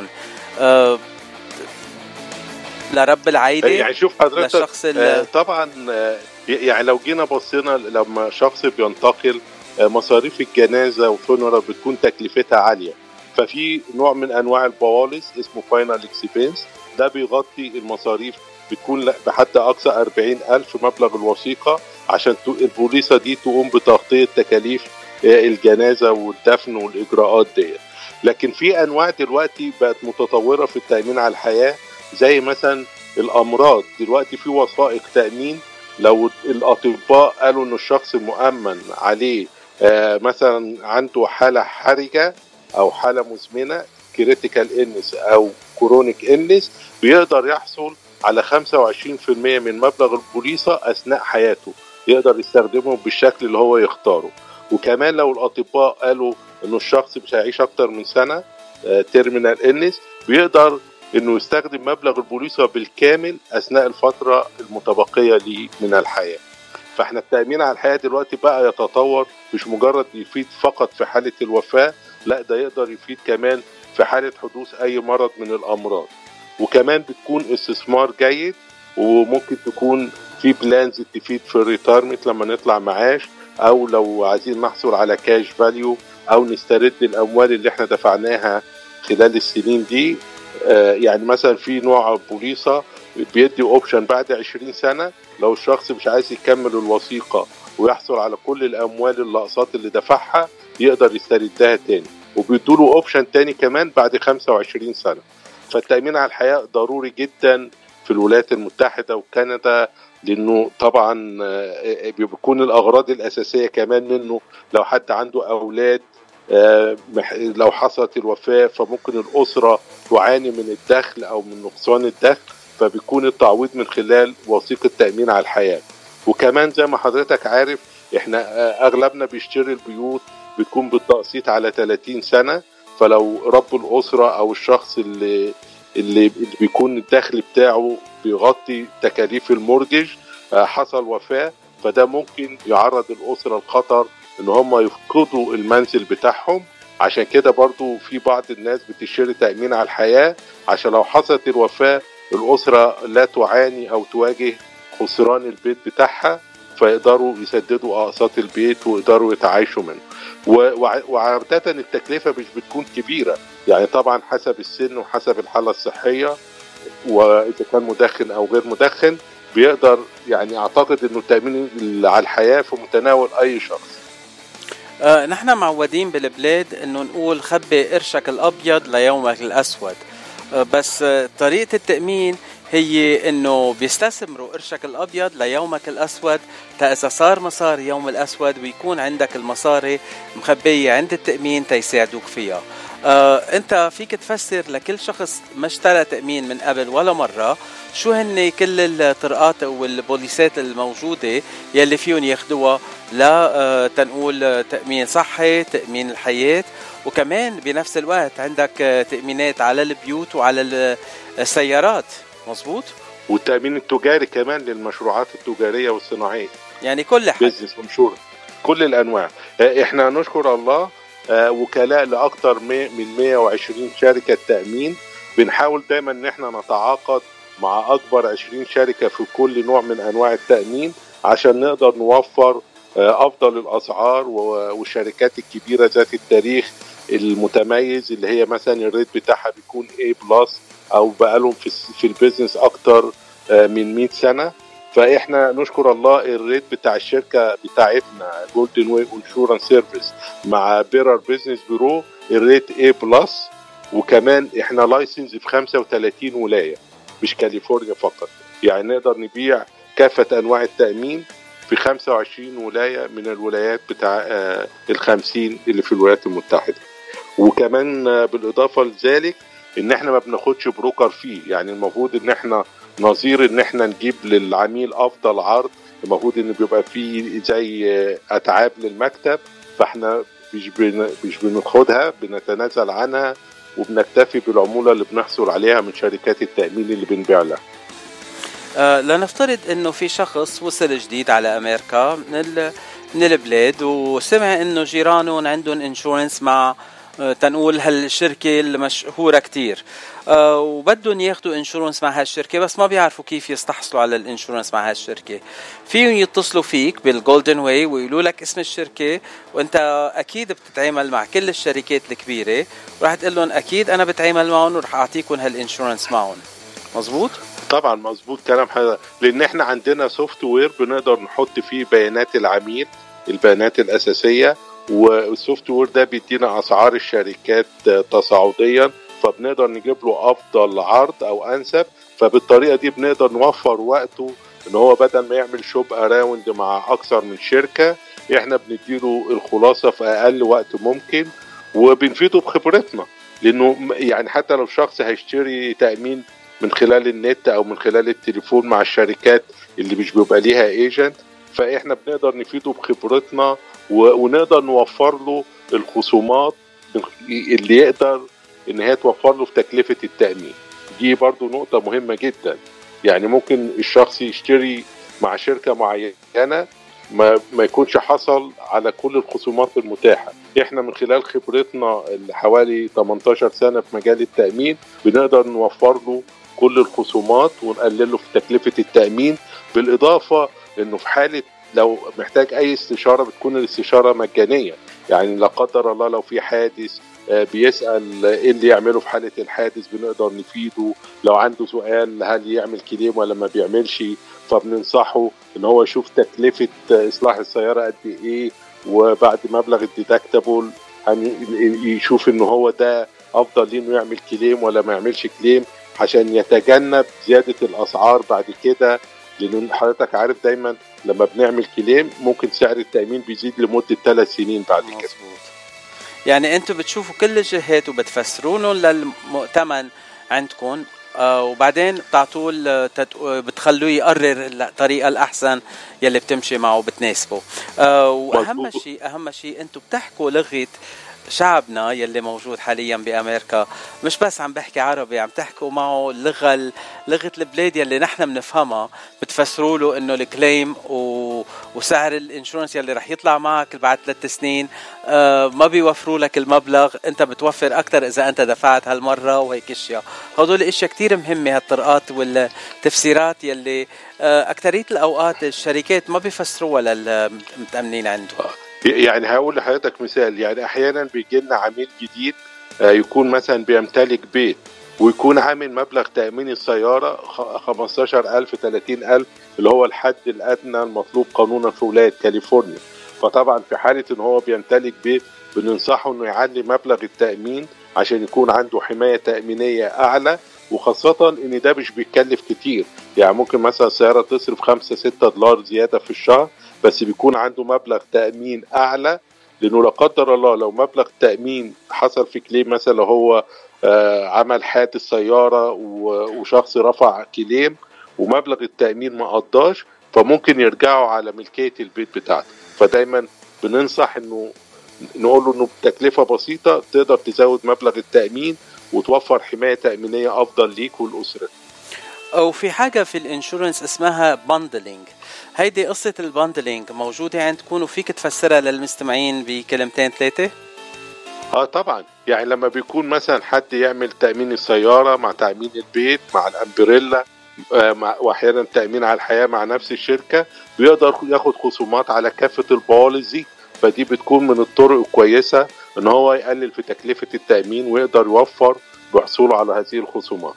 لرب العائلة يعني شوف حضرتك للشخص طبعا يعني لو جينا بصينا لما شخص بينتقل مصاريف الجنازة وفونرال بتكون تكلفتها عالية، ففي نوع من أنواع البواليس اسمه فاينال اكسبنس، ده بيغطي المصاريف بتكون بحد أقصى 40,000 مبلغ الوثيقة عشان البوليصة دي تقوم بتغطية تكاليف الجنازة والدفن والإجراءات دي. لكن في أنواع دلوقتي بقت متطورة في التأمين على الحياة، زي مثلا الأمراض. دلوقتي في وثائق تأمين لو الأطباء قالوا إن الشخص مؤمن عليه مثلا عنده حالة حرجة أو حالة مزمنة كريتيكال إلنس أو كرونيك إلنس، بيقدر يحصل على 25% من مبلغ البوليصة أثناء حياته، يقدر يستخدمه بالشكل اللي هو يختاره. وكمان لو الأطباء قالوا إنه الشخص مش هيعيش أكتر من سنة تيرمينال إلنس، بيقدر إنه يستخدم مبلغ البوليصة بالكامل أثناء الفترة المتبقية ليه من الحياة. فإحنا التأمين على الحياة دلوقتي بقى يتطور، مش مجرد يفيد فقط في حالة الوفاة، لا ده يقدر يفيد كمان في حالة حدوث أي مرض من الأمراض. وكمان بتكون استثمار جيد، وممكن تكون في بلانز تفيد في الريتارمنت لما نطلع معاش، أو لو عايزين نحصل على كاش فاليو أو نسترد الأموال اللي احنا دفعناها خلال السنين دي. يعني مثلا في نوع بوليصة بيدي اوبشن بعد 20 سنة لو الشخص مش عايز يكمل الوثيقة ويحصل على كل الأموال الأقساط اللي دفعها يقدر يستردها تاني، وبيدوله اوبشن تاني كمان بعد 25 سنة. فالتأمين على الحياة ضروري جدا في الولايات المتحدة وكندا، لأنه طبعا بيكون الأغراض الأساسية كمان منه لو حد عنده أولاد، لو حصلت الوفاة فممكن الأسرة تعاني من الدخل أو من نقصان الدخل، فبيكون التعويض من خلال وثيقة تأمين على الحياة. وكمان زي ما حضرتك عارف احنا أغلبنا بيشتري البيوت بتكون بالتقسيط على 30 سنة، فلو رب الأسرة أو الشخص اللي بيكون الدخل بتاعه بيغطي تكاليف المورجج حصل وفاة، فده ممكن يعرض الأسرة لخطر ان هم يفقدوا المنزل بتاعهم. عشان كده برضو في بعض الناس بتشتري تأمين على الحياة عشان لو حصلت الوفاة الأسرة لا تعاني أو تواجه خسران البيت بتاعها، فيقدروا يسددوا أقساط البيت ويقدروا يتعايشوا منه. وعادة التكلفة مش بتكون كبيرة، يعني طبعا حسب السن وحسب الحالة الصحية وإذا كان مدخن أو غير مدخن بيقدر، يعني أعتقد إنه التأمين على الحياة في متناول أي شخص. نحن معودين بالبلاد انه نقول خبي قرشك الابيض ليومك الاسود، بس طريقة التأمين هي انه بيستثمروا قرشك الابيض ليومك الاسود، تا اذا صار مصاري يوم الاسود ويكون عندك المصاري مخبية عند التأمين تيساعدوك فيها. انت فيك تفسر لكل شخص ما اشترى تأمين من قبل ولا مرة شو هن كل الطرقات والبوليسات الموجودة يلي فيهم ياخدوها لا تنقول تأمين صحي، تأمين الحياة، وكمان بنفس الوقت عندك تأمينات على البيوت وعلى السيارات، مظبوط؟ والتأمين التجاري كمان للمشروعات التجارية والصناعية، يعني كل حاجة بيزنس ومشورة كل الأنواع. احنا نشكر الله وكلاء لأكثر من 120 شركة تأمين. بنحاول دايما ان احنا نتعاقد مع أكبر 20 شركة في كل نوع من أنواع التأمين عشان نقدر نوفر أفضل الأسعار، والشركات الكبيرة ذات التاريخ المتميز اللي هي مثلا الريت بتاعها بيكون A+ أو بقالهم في البيزنس أكتر من 100 سنة. فإحنا نشكر الله الريت بتاع الشركة بتاعتنا جولدن واي انشورنس سيرفيس مع بيرر بيزنس بيرو الريت A+، وكمان إحنا لايسنس في 35 ولاية مش كاليفورنيا فقط، يعني نقدر نبيع كافة أنواع التأمين في 25 ولاية من الولايات بتاع 50 اللي في الولايات المتحدة. وكمان بالإضافة لذلك إن إحنا ما بناخدش بروكر فيه، يعني المفروض إن إحنا نظير ان احنا نجيب للعميل افضل عرض. المفروض ان بيبقى فيه زي اتعاب للمكتب، فاحنا مش بناخدها، بنتنازل عنها وبنكتفي بالعمولة اللي بنحصل عليها من شركات التأمين اللي بنبيع لها. لنفترض انه في شخص وصل جديد على امريكا من البلاد، وسمع انه جيرانهم عندهم انشورنس مع تنقول هالشركة المشهورة كتير، وبدهم ياخدوا انشورنس مع هالشركة بس ما بيعرفوا كيف يستحصلوا على الانشورنس مع هالشركة. فيهم يتصلوا فيك بالجولدن واي ويقولوا لك اسم الشركة، وانت اكيد بتتعامل مع كل الشركات الكبيرة، وراح تقول لهم اكيد انا بتعامل معهم ورح اعطيكم هالانشورنس معهم. مظبوط؟ طبعا مظبوط كلام حضرتك، لان احنا عندنا سوفت وير بنقدر نحط فيه بيانات العميل، البيانات الاساسية، والسوفت وير ده بيدينا اسعار الشركات تصاعديا، فبنقدر نجيب له افضل عرض او انسب. فبالطريقه دي بنقدر نوفر وقته، ان هو بدل ما يعمل شوب اراوند مع اكثر من شركه، احنا بنديله الخلاصه في اقل وقت ممكن، وبنفيده بخبرتنا. لانه يعني حتى لو شخص هيشتري تامين من خلال النت او من خلال التليفون مع الشركات اللي مش بيبقى ليها ايجنت، فاحنا بنقدر نفيده بخبرتنا ونقدر نوفر له الخصومات اللي يقدر ان هي توفر له في تكلفة التأمين. دي برضو نقطة مهمة جدا. يعني ممكن الشخص يشتري مع شركة معينة ما يكونش حصل على كل الخصومات المتاحة. احنا من خلال خبرتنا اللي حوالي 18 سنة في مجال التأمين بنقدر نوفر له كل الخصومات ونقلله في تكلفة التأمين. بالإضافة انه في حالة لو محتاج اي استشارة بتكون الاستشارة مجانية. يعني لا قدر الله لو في حادث بيسأل ايه اللي يعمله في حالة الحادث، بنقدر نفيده. لو عنده سؤال هل يعمل كليم ولا ما بيعملش، فبننصحه ان هو يشوف تكلفة اصلاح السيارة قد ايه، وبعد مبلغ الديدكتابل يشوف ان هو ده افضل ليه انه يعمل كليم ولا ما يعملش كليم، عشان يتجنب زيادة الاسعار بعد كده. لان حضرتك عارف دايما لما بنعمل كليم ممكن سعر التأمين بيزيد لمدة 3 سنين بعد كده. يعني انتوا بتشوفوا كل الجهات وبتفسرونه للمؤتمن عندكم، وبعدين بتعطوه بتخلوه يقرر الطريقة الأحسن يلي بتمشي معه بتناسبه. وأهم شيء انتوا بتحكوا لغة شعبنا يلي موجود حاليا بأمريكا، مش بس عم بحكي عربي، عم تحكوا معه لغة البلاد يلي نحن بنفهمها. بتفسروا له انه الكليم وسعر الانشورنس يلي رح يطلع معك بعد 3 سنين ما بيوفروا لك المبلغ، انت بتوفر اكتر اذا انت دفعت هالمرة وهيك اشياء. هدول اشياء كتير مهمة، هالطرقات والتفسيرات يلي اكترية الاوقات الشركات ما بيفسروها للمتأمنين عندهم. يعني هقول لحضرتك مثال. يعني احيانا بيجي لنا عميل جديد يكون مثلا بيمتلك بيت ويكون عامل مبلغ تأمين السيارة 15,000 30,000 اللي هو الحد الأدنى المطلوب قانونا في ولاية كاليفورنيا. فطبعا في حالة ان هو بيمتلك بيت بننصحه انه يعلي مبلغ التأمين عشان يكون عنده حماية تأمينية أعلى، وخاصة ان ده مش بيتكلف كتير. يعني ممكن مثلا السيارة تصرف $5-6 زيادة في الشهر، بس بيكون عنده مبلغ تأمين أعلى. لأنه لا قدر الله لو مبلغ تأمين حصل في كليم، مثلا لو هو عمل حادث سيارة وشخص رفع كليم ومبلغ التأمين ما قضاش، فممكن يرجعوا على ملكية البيت بتاعته. فدايما بننصح انه نقول له انه بتكلفة بسيطة تقدر تزود مبلغ التأمين وتوفر حماية تأمينية أفضل ليك والأسرة. أو في حاجة في الانشورنس اسمها باندلينج. هيدي قصة الباندلينج موجودة عندكم وفيك تفسرها للمستمعين بكلمتين 3؟ طبعا. يعني لما بيكون مثلا حد يعمل تأمين السيارة مع تأمين البيت مع الأمبريلا واحيانا تأمين على الحياة مع نفس الشركة، بيقدر ياخد خصومات على كافة البوليسي. فدي بتكون من الطرق الكويسة ان هو يقلل في تكلفة التأمين ويقدر يوفر بحصوله على هذه الخصومات.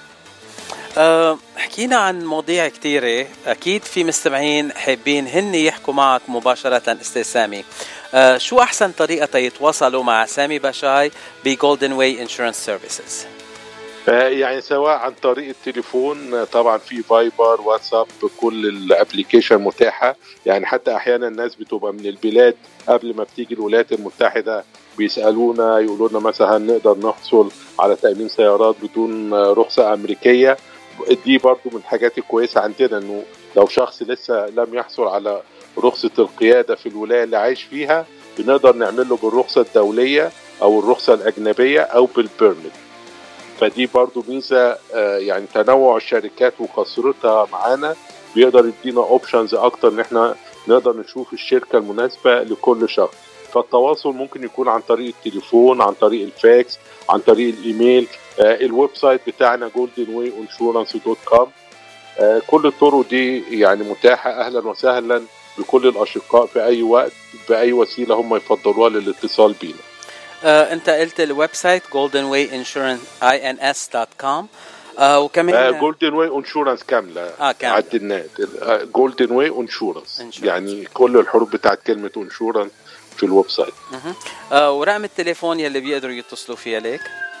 حكينا عن مواضيع كتيرة، أكيد في مستمعين حابين هن يحكوا معك مباشرة أستاذ سامي. شو أحسن طريقة يتواصلوا مع سامي بشاي بجولدن واي انشورنس سيرفيسز؟ يعني سواء عن طريق التليفون، طبعا في فايبر، واتساب، كل الابليكيشن متاحة. يعني حتى أحيانا الناس بتبقى من البلاد قبل ما بتيجي الولايات المتحدة بيسألونا يقولوا لنا مثلا نقدر نحصل على تأمين سيارات بدون رخصة أمريكية، دي برضو من الحاجات الكويسة عندنا، انه لو شخص لسه لم يحصل على رخصة القيادة في الولاية اللي عايش فيها، بنقدر نعمل له بالرخصة الدولية او الرخصة الاجنبية او بالبيرميت. فدي برضو ميزة يعني تنوع الشركات وكثرتها معانا بيقدر يدينا اوبشنز اكتر ان احنا نقدر نشوف الشركة المناسبة لكل شخص. فالتواصل ممكن يكون عن طريق التليفون، عن طريق الفاكس، عن طريق الايميل. الويب سايت بتاعنا goldenwayinsurance.com. كل الطرق دي يعني متاحة. اهلا وسهلا بكل الاشقاء في اي وقت باي وسيلة هم يفضلوها للاتصال بينا. انت قلت الويب سايت goldenwayinsurance.com وكمان goldenway insurance كاملة عدلناها goldenway insurance يعني كل الحروف بتاعت كلمة insurance في الويب سايت. ورقم التليفون يلي بيقدروا يتصلوا فيها ليك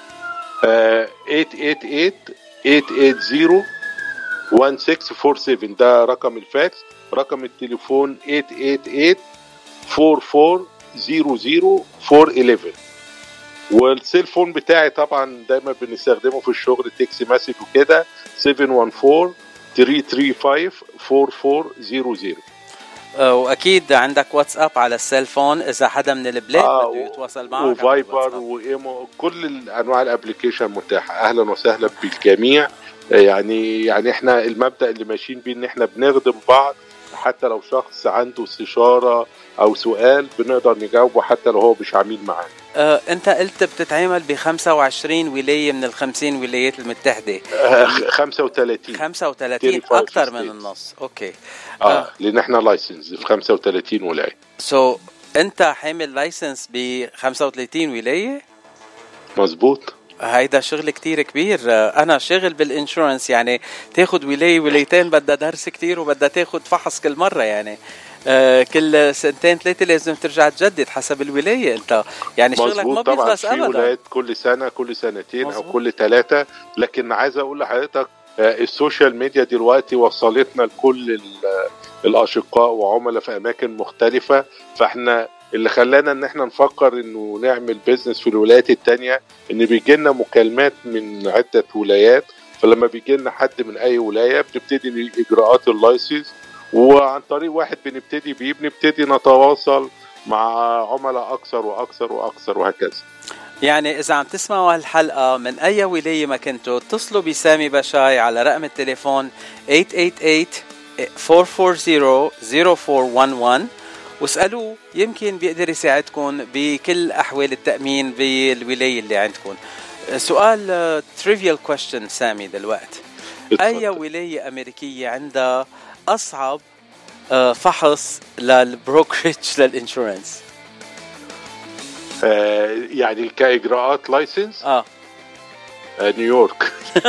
888-880-1647 ده رقم الفاكس. رقم التليفون 888-4400-411. والسيل فون بتاعي طبعا دايما بنستخدمه في الشغل تكس مسج وكده 714-335-4400. واكيد عندك واتساب على السيل فون اذا حدا من البلاد بده يتواصل معك، وفايبر وايمو، كل انواع الابلكيشن متاحه. اهلا وسهلا بالجميع. يعني احنا المبدا اللي ماشيين بيه ان احنا بنخدم بعض، حتى لو شخص عنده استشاره او سؤال بنقدر نجاوبه حتى لو هو مش عميل معانا. انت قلت بتتعامل ب 25 ولايه من ال 50 ولايات المتحده. 35 اكثر من النص. اوكي. لان احنا لايسنس في 35 ولايه. انت حامل لايسنس ب 35 ولايه؟ مزبوط. هيدا شغل كتير كبير. انا شغل بالانشورنس، يعني تاخد ولايتين بدها درس كتير وبدها تاخد فحص كل مره، يعني كل سنتين ثلاثة لازم ترجع تجدد حسب الولاية. انت يعني شغلك ما بيخلص ابدا. في ولايات كل سنة، كل سنتين مزبوط. او كل 3. لكن عايز اقول لحضرتك السوشيال ميديا دلوقتي وصلتنا لكل الاشقاء وعملاء في اماكن مختلفة. فاحنا اللي خلانا ان احنا نفكر انه نعمل بيزنس في الولايات التانية ان بيجي لنا مكالمات من عدة ولايات. فلما بيجي لنا حد من اي ولاية بنبتدي اجراءات اللايسنس، وعن طريق واحد بنبتدي بيه بنبتدي نتواصل مع عملاء أكثر وأكثر وأكثر وهكذا. يعني إذا عم تسمعوا هالحلقة من أي ولاية ما كنتوا، اتصلوا بسامي بشاي على رقم التليفون 888-440-0411 واسألوه، يمكن بيقدر يساعدكم بكل أحوال التأمين بالولاية اللي عندكم. سؤال trivial question سامي دلوقتي. أي ولاية أمريكية عندها أصعب فحص للبروكريج للإنشورنس؟ يعني كإجراءات لايسنس نيويورك.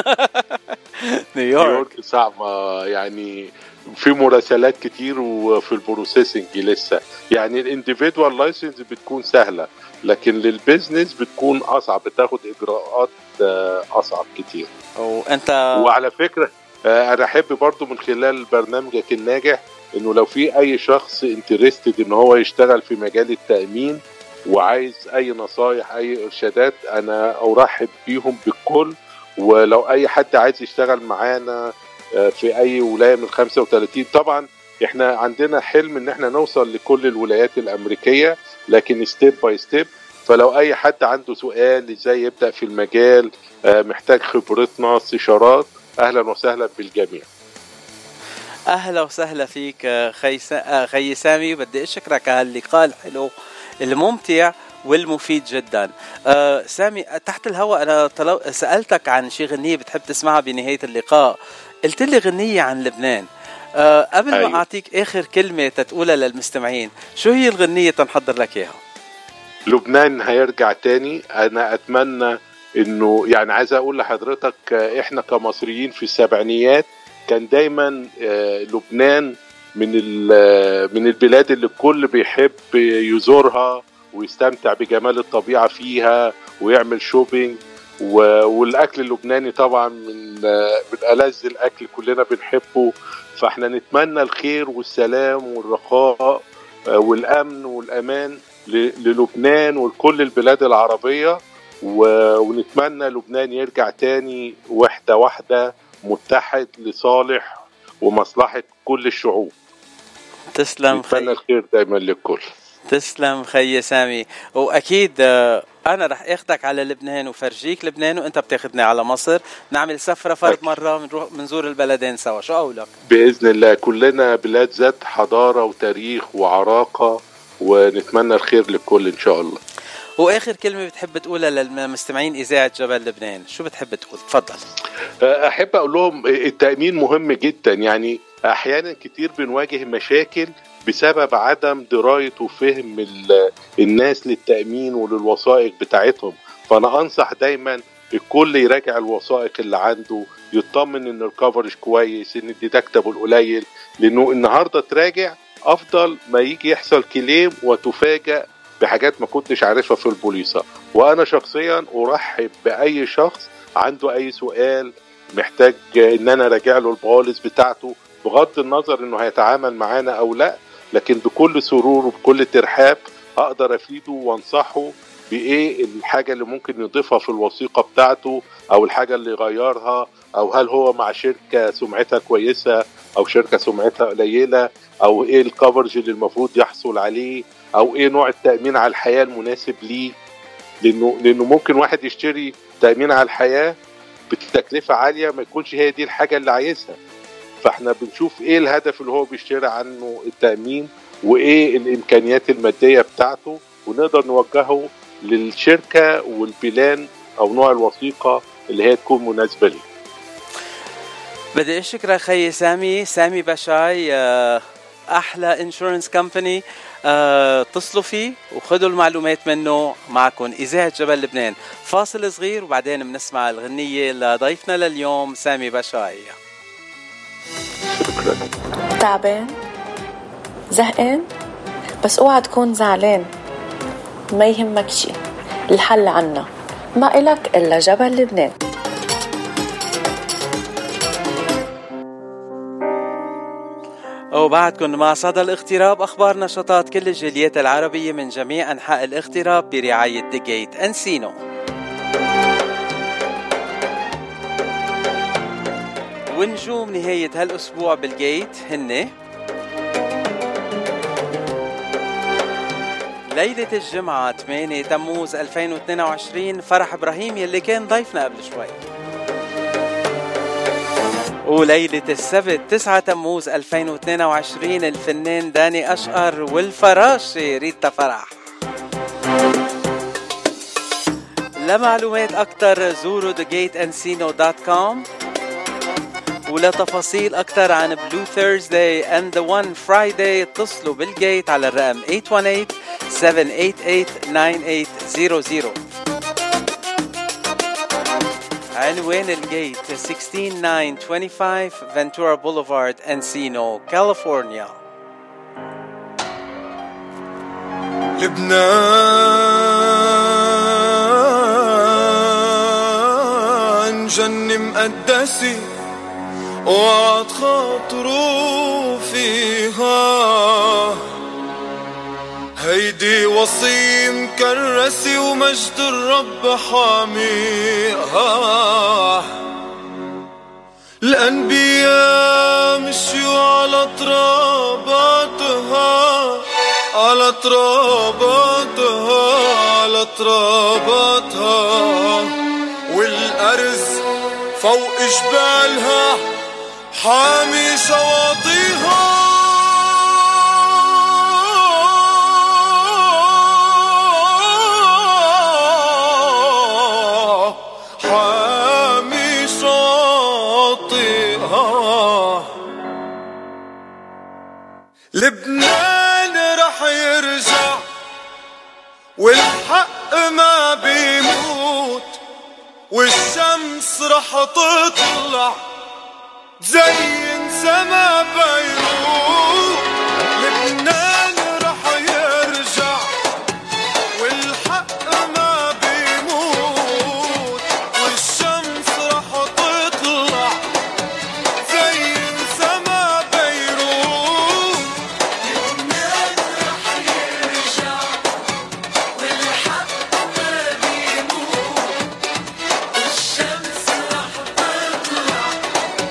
نيويورك صعبة، يعني في مراسلات كتير وفي البروسيسنج لسه. يعني الانديفيدوال لايسنس بتكون سهلة، لكن للبيزنس بتكون أصعب، بتاخد إجراءات أصعب كتير. وعلى فكرة انا احب برضو من خلال برنامجك الناجح انه لو في اي شخص انترستد ان هو يشتغل في مجال التأمين وعايز اي نصايح اي ارشادات، انا ارحب بيهم بالكل. ولو اي حد عايز يشتغل معانا في اي ولاية من 35، طبعا احنا عندنا حلم ان احنا نوصل لكل الولايات الامريكية، لكن ستيب باي ستيب. فلو اي حد عنده سؤال ازاي يبدأ في المجال، محتاج خبرتنا، استشارات، اهلا وسهلا بالجميع. اهلا وسهلا فيك خي سامي. بدي اشكرك على اللقاء الحلو الممتع والمفيد جدا. سامي، تحت الهواء انا سألتك عن شي غنية بتحب تسمعها بنهاية اللقاء، قلت لي غنية عن لبنان. قبل ما اعطيك اخر كلمة تتقولها للمستمعين، شو هي الغنية تنحضر لك اياها؟ لبنان هيرجع تاني. انا اتمنى انه، يعني عايز اقول لحضرتك احنا كمصريين في السبعينيات كان دايما لبنان من البلاد اللي الكل بيحب يزورها ويستمتع بجمال الطبيعة فيها ويعمل شوبينج. والاكل اللبناني طبعا من ألذ الاكل كلنا بنحبه. فاحنا نتمنى الخير والسلام والرخاء والامن والامان للبنان ولكل البلاد العربية. ونتمنى لبنان يرجع تاني وحدة متحد لصالح ومصلحة كل الشعوب. تسلم نتمنى الخير دايما للكل. تسلم خي سامي. وأكيد أنا رح أخدك على لبنان وفرجيك لبنان وأنت بتاخدني على مصر، نعمل سفرة فرد مرة منزور البلدين سوا. شو قولك؟ بإذن الله. كلنا بلاد ذات حضارة وتاريخ وعراقة، ونتمنى الخير للكل إن شاء الله. وآخر كلمة بتحب تقولها للمستمعين إذاعة جبل لبنان شو بتحب تقول؟ تفضل. أحب أقول لهم التأمين مهم جدا. يعني أحيانا كتير بنواجه مشاكل بسبب عدم دراية وفهم الناس للتأمين وللوثائق بتاعتهم. فأنا أنصح دايما الكل يراجع الوثائق اللي عنده، يطمن إن الكفرج كويس، إن الديدكتبل قليل، لأنه النهاردة تراجع أفضل ما يجي يحصل كليم وتفاجأ بحاجات ما كنتش عارفها في البوليصة. وأنا شخصيا أرحب بأي شخص عنده أي سؤال محتاج إن أنا راجع له البوليس بتاعته، بغض النظر إنه هيتعامل معانا أو لا، لكن بكل سرور وبكل ترحاب أقدر أفيده وأنصحه بإيه الحاجة اللي ممكن يضيفها في الوثيقة بتاعته، أو الحاجة اللي يغيرها، أو هل هو مع شركة سمعتها كويسة أو شركة سمعتها قليلة، أو إيه الكفرج اللي المفروض يحصل عليه، أو إيه نوع التأمين على الحياة المناسب ليه. لأنه ممكن واحد يشتري تأمين على الحياة بتكلفة عالية ما يكونش هي دي الحاجة اللي عايزها. فاحنا بنشوف ايه الهدف اللي هو بيشتري عنه التأمين، وايه الامكانيات المادية بتاعته، ونقدر نوجهه للشركة والبلان او نوع الوثيقة اللي هي تكون مناسبة ليه. بدي اشكرك خي سامي بشاي، احلى انشورنس كمباني. اتصلوا فيه وخذوا المعلومات منه. معكم إذاعة جبل لبنان. فاصل صغير وبعدين بنسمع الغنية لضيفنا لليوم سامي بشاي. تعبان؟ زهقان؟ بس اوعى تكون زعلان، ما يهمك شي، الحل عنا، ما إلك إلا جبل لبنان. وبعدكم مع صدى الاغتراب، أخبار نشاطات كل الجاليات العربية من جميع أنحاء الاغتراب برعاية دي جيت أنسينو. ونجوم نهاية هالأسبوع بالجيت هن ليلة الجمعة 8 تموز 2022 فرح إبراهيم يلي كان ضيفنا قبل شوي. وليلة السبت 9 تموز 2022 الفنان داني أشقر والفراشة ريتا فرح. لمعلومات أكتر زوروا thegateandcino.com، ولتفاصيل أكتر عن Blue Thursday and the One Friday اتصلوا بالجيت على الرقم 818-788-9800. عنوان الجيت 16925 Ventura Boulevard, Encino, California. لبنان جنة مقدسة وعد خاطروا فيها، هيدي وصية مكرسة ومجد الرب حاميها. الأنبياء مشيوا على تراباتها، على تراباتها، على تراباتها، والأرز فوق جبالها حامي شواطئها. حامي شواطئها. لبنان رح يرجع والحق ما بيموت، والشمس رح تطلع زين سما بيروت. لبنان رح يرجع والحق ما بيموت، والشمس رح تطلع زين سما بيروت. لبنان رح يرجع والحق ما بيموت، والشمس رح تطلع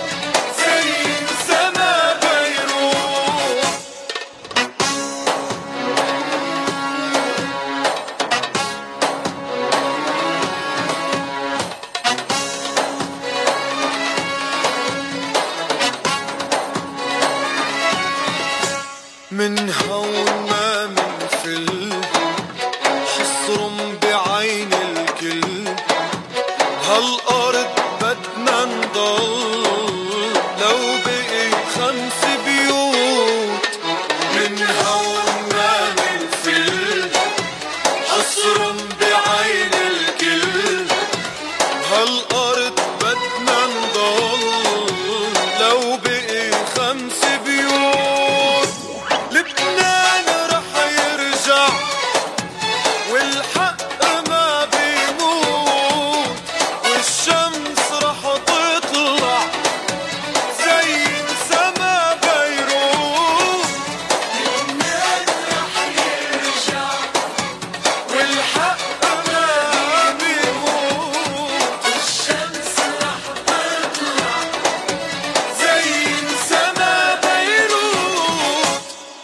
هون ما منفل حصرم بعين الكل هالأرض بدنا نضل لو بقي 5 بيوت من هون ما منفل حصرم بعين الكل هالأرض بدنا نضل لو بقي 5 بيوت لبنان رح يرجع والحق ما بيموت والشمس رح تطلع زي سما بيروت لبنان رح يرجع والحق ما بيموت والشمس رح تطلع زي سما بيروت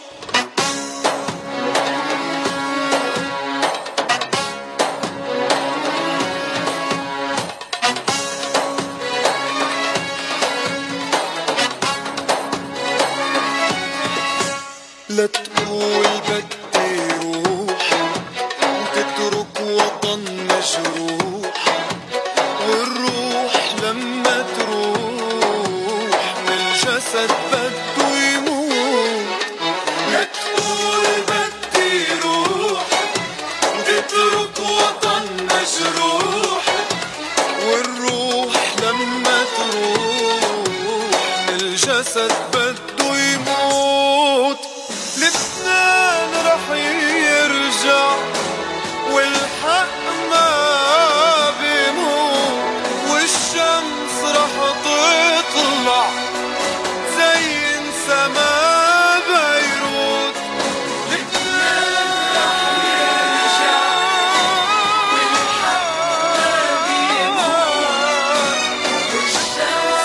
لا تقول بدي روح وتترك وطن مجروح والروح لما تروح من الجسد بده يموت لا تقول بدي روح وتترك وطن مجروح والروح لما تروح من الجسد بده يموت لبنان رح يرجع والحق ما بيموت والشمس رح تطلع زي سما بيروت لبنان رح يرجع والحق ما بيموت والشمس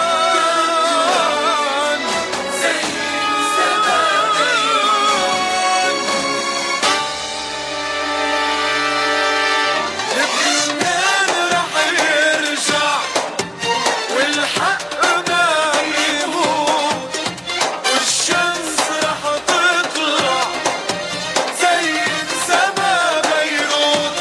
رح تطلع زي سما بيروت لبنان رح يرجع والحق ما بيموت والشمس رح تطلع زي سما بيروت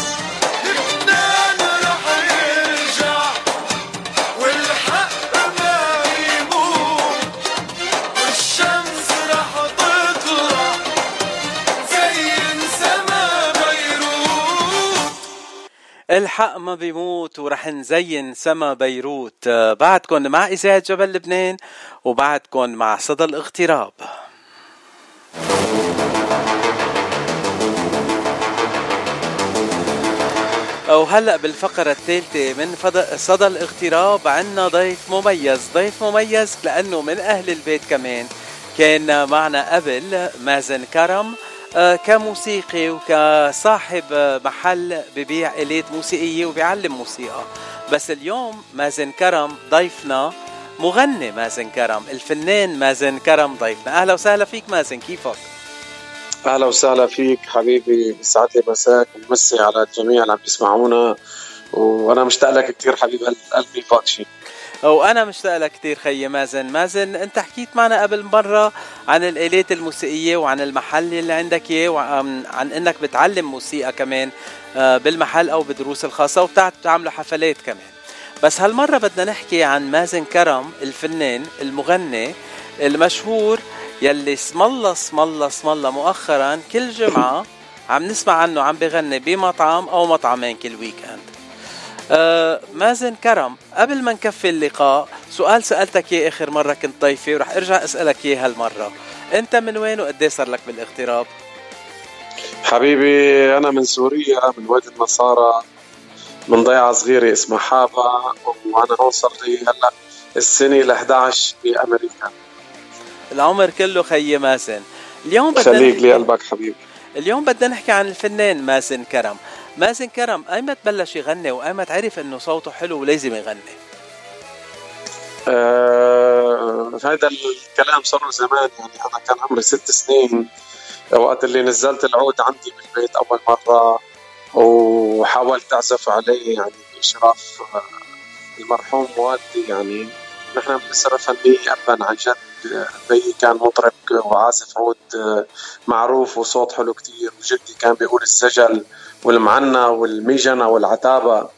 لبنان رح يرجع والحق ما بيموت والشمس رح تطلع زي سما بيروت الحق ما بيموت ورح نزين سما بيروت. بعدكن مع إذاعة جبل لبنان وبعدكن مع صدى الاغتراب. وهلأ بالفقرة الثالثة من صدى الاغتراب عنا ضيف مميز لأنه من أهل البيت كمان. كان معنا قبل مازن كرم كموسيقي وكصاحب محل ببيع آلات موسيقية وبيعلم موسيقى. بس اليوم مازن كرم ضيفنا مغني مازن كرم، الفنان مازن كرم ضيفنا. أهلا وسهلا فيك مازن، كيفك؟ أهلا وسهلا فيك حبيبي، سعد لي مساك ومسي على الجميع اللي عم يسمعونا، وأنا مشتاق لك كتير حبيب قلبي فاتشي. وأنا مشتاق لك كتير خيي مازن. أنت حكيت معنا قبل مرة عن الآلات الموسيقية وعن المحل اللي عندك إياه وعن إنك بتعلم موسيقى كمان بالمحل أو بدروس الخاصة وبتعملوا حفلات كمان. بس هالمرة بدنا نحكي عن مازن كرم الفنان المغني المشهور يلي اسم الله مؤخرا كل جمعة عم نسمع عنه عم بغني بمطعم أو مطعمين كل ويكند. مازن كرم، قبل ما نكفي اللقاء سؤال سألتك إياه آخر مرة كنت ضيفي ورح أرجع أسألك إياه هالمرة. أنت من وين وقديه صار لك بالاغتراب؟ حبيبي أنا من سوريا، من وادي النصارى، من ضيعة صغيرة اسمها حابة، وأنا هون صار لي هلأ السنة 11 بأمريكا. العمر كله خيي مازن. اليوم خليك لي قلبك حبيبي. اليوم بدنا نحكي عن الفنان مازن كرم. مازن كرم أيمت بلش يغني وأيمت عرف إنه صوته حلو ولازم يغني؟ هذا الكلام صار زمان، يعني أنا كان عمري 6 سنين وقت اللي نزلت العود عندي بالبيت أول مرة، وحاولت أعزف عليه يعني بإشراف المرحوم والدي. يعني نحن بنصرف فني أبا عن جد بي كان مطرب وعازف عود معروف وصوت حلو كتير، وجدي كان بيقول السجل والمعنى والميجنة والعتابة.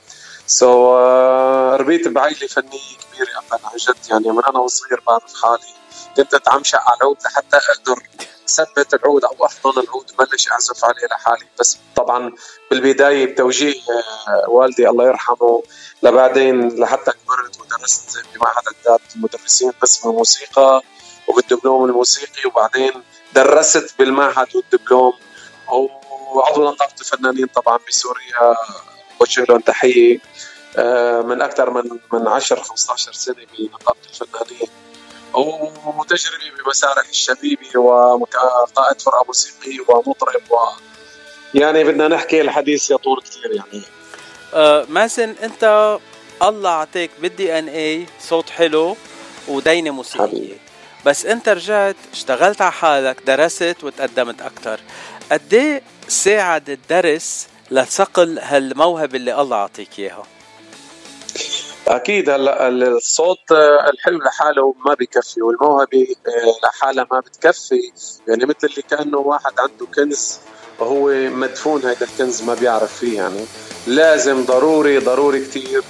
ربيت بعائلة فنية كبيرة أبا عن جد، يعني من أنا وصغير بعرف حالي كنت أتعمشق على العود لحتى أقدر ثبت العود أو أحضن العود وبلش أعزف عليه لحالي. بس طبعا بالبداية بتوجيه والدي الله يرحمه، لبعدين لحتى كبرت ودرست بمعهد الدات المدرسين قسم الموسيقى وبالدبلوم الموسيقي، وبعدين درست بالمعهد والدبلوم، وعضو نقابة الفنانين طبعا بسوريا، وجه لهم تحية، من أكثر من 10-15 سنة بنقابة الفنانين، وتجربي بمسارح الشبيبي وقائد فرقة موسيقية ومطرب، يعني بدنا نحكي الحديث يطول كثير يعني. مازن، انت الله عطيك بالدي ان اي صوت حلو ودينة موسيقية حبيبي. بس انت رجعت اشتغلت على حالك، درست وتقدمت اكتر. قديه ساعد الدرس لتصقل هالموهبة اللي الله عطيك اياها؟ أكيد هلا الصوت الحلو لحاله ما بيكفي، والموهبة لحالها ما بتكفي، يعني مثل اللي كأنه واحد عنده كنز وهو مدفون هيدا الكنز ما بيعرف فيه. يعني لازم ضروري كتير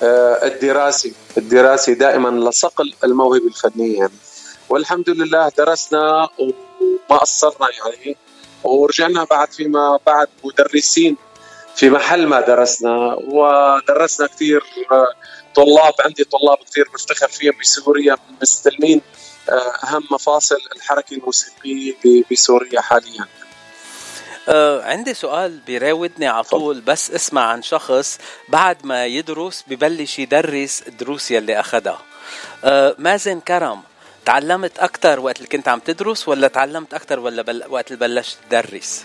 الدراسة دائما لصقل الموهبة الفنية يعني. والحمد لله درسنا وما قصرنا يعني، ورجعنا فيما بعد مدرسين في محل ما درسنا، ودرسنا كتير طلاب. عندي طلاب كتير بفتخر فيهم بسوريا، مستلمين أهم مفاصل الحركة الموسيقية بسوريا حاليا. عندي سؤال بيراودني على طول، بس اسمع عن شخص بعد ما يدرس ببلش يدرس الدروس يلي أخدها. مازن كرم، تعلمت أكتر وقت اللي كنت عم تدرس، ولا تعلمت أكتر وقت اللي بلشت تدرس؟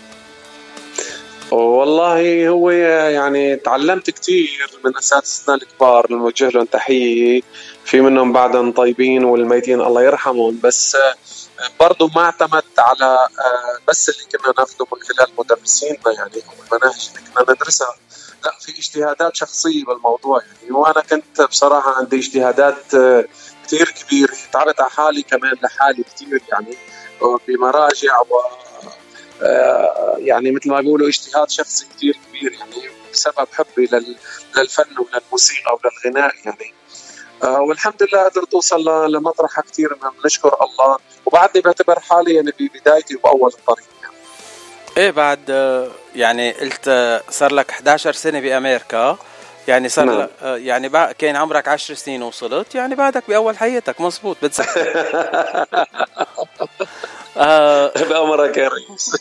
والله هو يعني تعلمت كتير من أساتذتنا الكبار اللي نوجه لهم تحية، في منهم بعدهم طيبين والميتين الله يرحمهم، بس برضو ما اعتمدت على بس اللي كنا ناخده من خلال مدرسيننا يعني أو المناهج اللي كنا ندرسها. لا، في اجتهادات شخصية بالموضوع يعني، وأنا كنت بصراحة عندي اجتهادات كتير كبيرة، تعبت على حالي كمان لحالي كتير يعني بمراجع يعني مثل ما بيقولوا اجتهاد شخصي كتير كبير يعني، بسبب حبي للفن وللموسيقى وللغناء يعني. والحمد لله قدرت أوصل لمطرح كتير، نشكر الله، وبعدني بعتبر حالي يعني ببدايتي وأول الطريق يعني. إيه بعد يعني قلت صار لك 11 سنة بأمريكا، يعني صار نعم. يعني كان عمرك 10 سنين وصلت، يعني بعدك بأول حياتك. مزبوط، بتذكر. بأمرك يا ريس.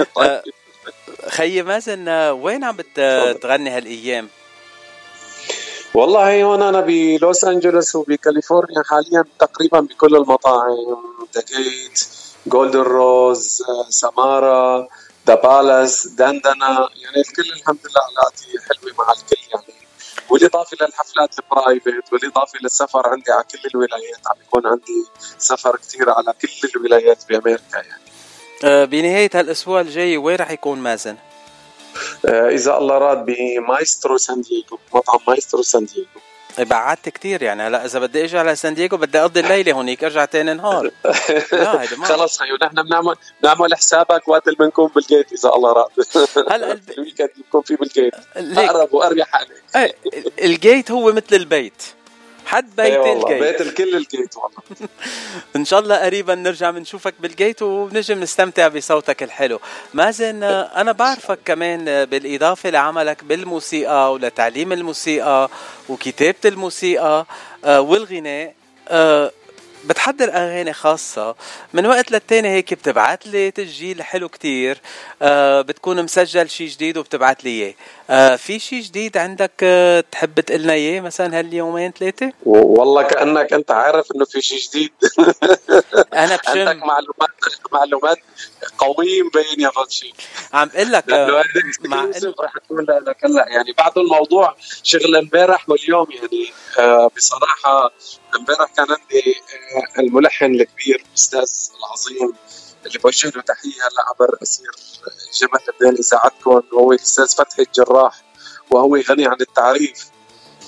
خي مازن، وين عم بتغني هالأيام؟ والله هون أنا بلوس أنجلوس وبكاليفورنيا حاليا، تقريبا بكل المطاعم، ذا جيت، جولدن روز، سمارا، ذا بالاس، دندنا، يعني الكل الحمد لله علاقتي حلوة مع الكل يعني. بالإضافة للحفلات البرايفت، بالإضافة للسفر عندي على كل الولايات، عم يكون عندي سفر كتير على كل الولايات بأمريكا يعني. بنهاية هالأسبوع الجاي وين رح يكون مازن؟ إذا الله راد بمايسترو سان دييغو، مطعم مايسترو سان دييغو. بعدت كتير يعني. هلا إذا بدي أجي على سان دييغو بدي أقضي الليلة هونيك، أرجع تاني نهار. خلص خيو، نحن نعمل حسابك وقت اللي بنكون بالجيت إذا الله راد. هلا الويكند بنكون فيه بالجيت، أقرب وأريح عليك. الجيت هو مثل البيت، حد بيت الجيت، بيت الكل الجيت والله. إن شاء الله قريبا نرجع بنشوفك بالجيت ونجم نستمتع بصوتك الحلو. مازن، أنا بعرفك كمان بالإضافة لعملك بالموسيقى ولتعليم الموسيقى وكتابة الموسيقى والغناء، بتحضر أغاني خاصة من وقت للتاني، هيك بتبعت لي تسجيل حلو كتير، بتكون مسجل شي جديد وبتبعت لي إياه. في شي جديد عندك تحب تقلنا إياه مثلا هاليومين 3؟ والله كأنك أنت عارف إنه في شي جديد. أنا بشم عندك معلومات قوية مبين يا فاتشي. عم قل لك رح تقول لك هلا يعني بعد الموضوع شغل امبارح واليوم يعني. بصراحة امبارح كان عندي الملحن الكبير الأستاذ العظيم اللي بوجه له تحية هلا عبر أسير جبل لبنان إذاعتكم، هو الأستاذ فتحي الجراح، وهو غني عن التعريف.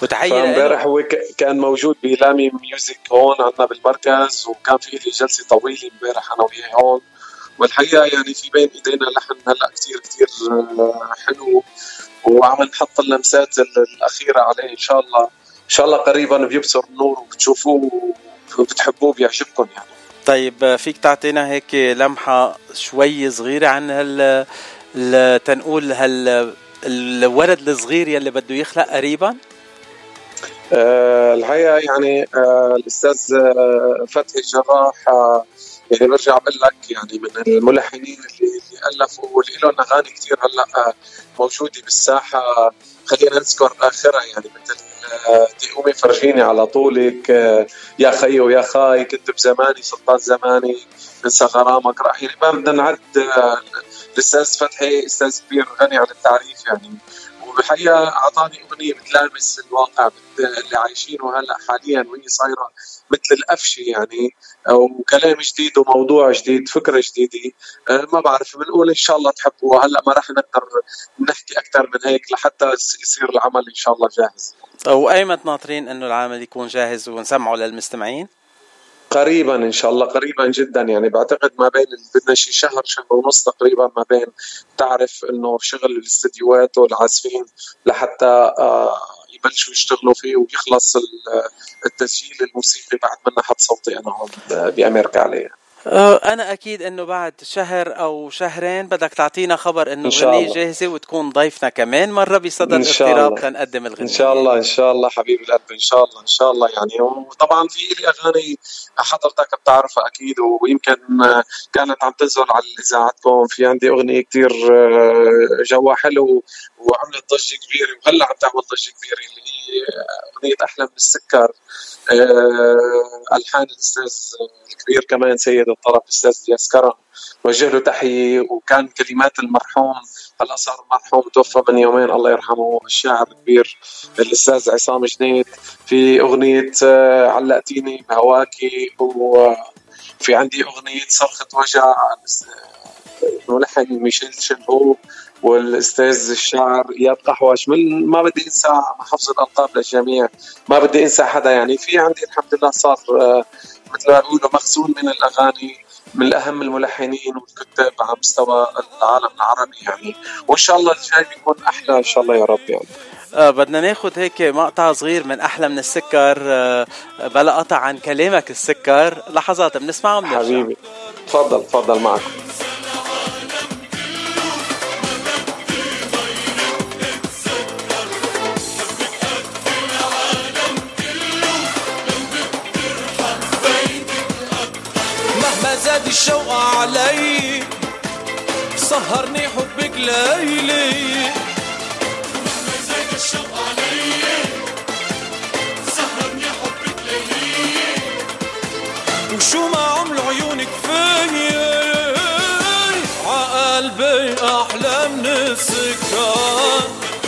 وتحية فامبارح هو كان موجود بلامي ميوزك هون عندنا بالمركز، وكان في لي جلسة طويلة امبارح أنا وياه هون. والحقيقة يعني في بين إيدينا لحن هلأ كتير كتير حلو، وعم نحط اللمسات الأخيرة عليه. إن شاء الله قريبا بيبصر النور وبتشوفوه وبتحبوه بيعجبكم يعني. طيب فيك تعطينا هيك لمحة شوي صغيرة عن تنقول الولد الصغير يلي بده يخلق قريبا؟ الحقيقة يعني الأستاذ فتحي الجراح يعني برجع بقول لك يعني من الملحنين اللي ألفوا واللي لهم أغاني كتير هلأ موجودة بالساحة. خلينا نذكر آخرها يعني مثل تقومي فرجيني على طولك، يا خي ويا خاي، كنت بزماني سلطان زماني، انسى غرامك راح. يعني ما بدنا نعد الأستاذ فتحي أستاذ كبير غني عن التعريف يعني. وبالحقيقة أعطاني أغنية بتلامس الواقع اللي عايشينه هلأ حاليا، وهي صايرة مثل الأفشي يعني، وكلام جديد وموضوع جديد، فكرة جديدة. ما بعرف، بنقول إن شاء الله تحبوا. هلأ ما راح نقدر نحكي أكتر من هيك لحتى يصير العمل إن شاء الله جاهز. وأيمت ناطرين إنه العمل يكون جاهز ونسمعه للمستمعين؟ قريبا ان شاء الله، قريبا جدا يعني. بعتقد ما بين بدنا شي شهر ونص تقريبا، ما بين تعرف انه شغل الاستديوهات والعازفين لحتى يبلشوا يشتغلوا فيه ويخلص التسجيل الموسيقي بعد ما نحط صوتي انا هون بامريكا عليه. أنا أكيد إنه بعد شهر أو شهرين بدك تعطينا خبر إنه الغنية جاهزة وتكون ضيفنا كمان مرة بصدى الاغتراب تنقدم الغنية. إن شاء الله حبيبي القلب، إن شاء الله يعني. وطبعا في لي أغاني حضرتك بتعرفها أكيد، ويمكن كانت عم تنزل على إذاعتكم. في عندي أغنية كتير جوا حلو وعملت ضجة كبيرة، وهلا عم تعمل ضجة كبيرة، اللي هي أغنية أحلى من السكر. ألحان الأستاذ الكبير كمان سيد الطرب الأستاذ دياس كرم، وجه له تحية. وكان كلمات المرحوم، هلا صار مرحوم توفى من يومين الله يرحمه، الشاعر الكبير الأستاذ عصام جنيد. في أغنية علقتيني بهواكي، وفي عندي أغنية صرخة وجع ملحن ميشيل شنهو والأستاذ الشاعر إياد قحوش. ما بدي أنسى حفظ الألقاب للجميع، ما بدي أنسى حدا يعني. في عندي الحمد لله صار مثل ما بيقولوا مخزون من الأغاني من أهم الملحنين والكتاب على مستوى العالم العربي يعني. وإن شاء الله الجاي بيكون أحلى إن شاء الله يا رب يعني. بدنا ناخد هيك مقطع صغير من أحلى من السكر، بلا قطع عن كلامك السكر، لحظات بنسمعه من حبيبي. تفضل معكم. زاد الشوق علي، سهرني حبك ليلي. مهما زاد الشوق علي، سهرني حبك ليلي. وشو ما عمل عيونك فيا عقلبي أحلى من السكر.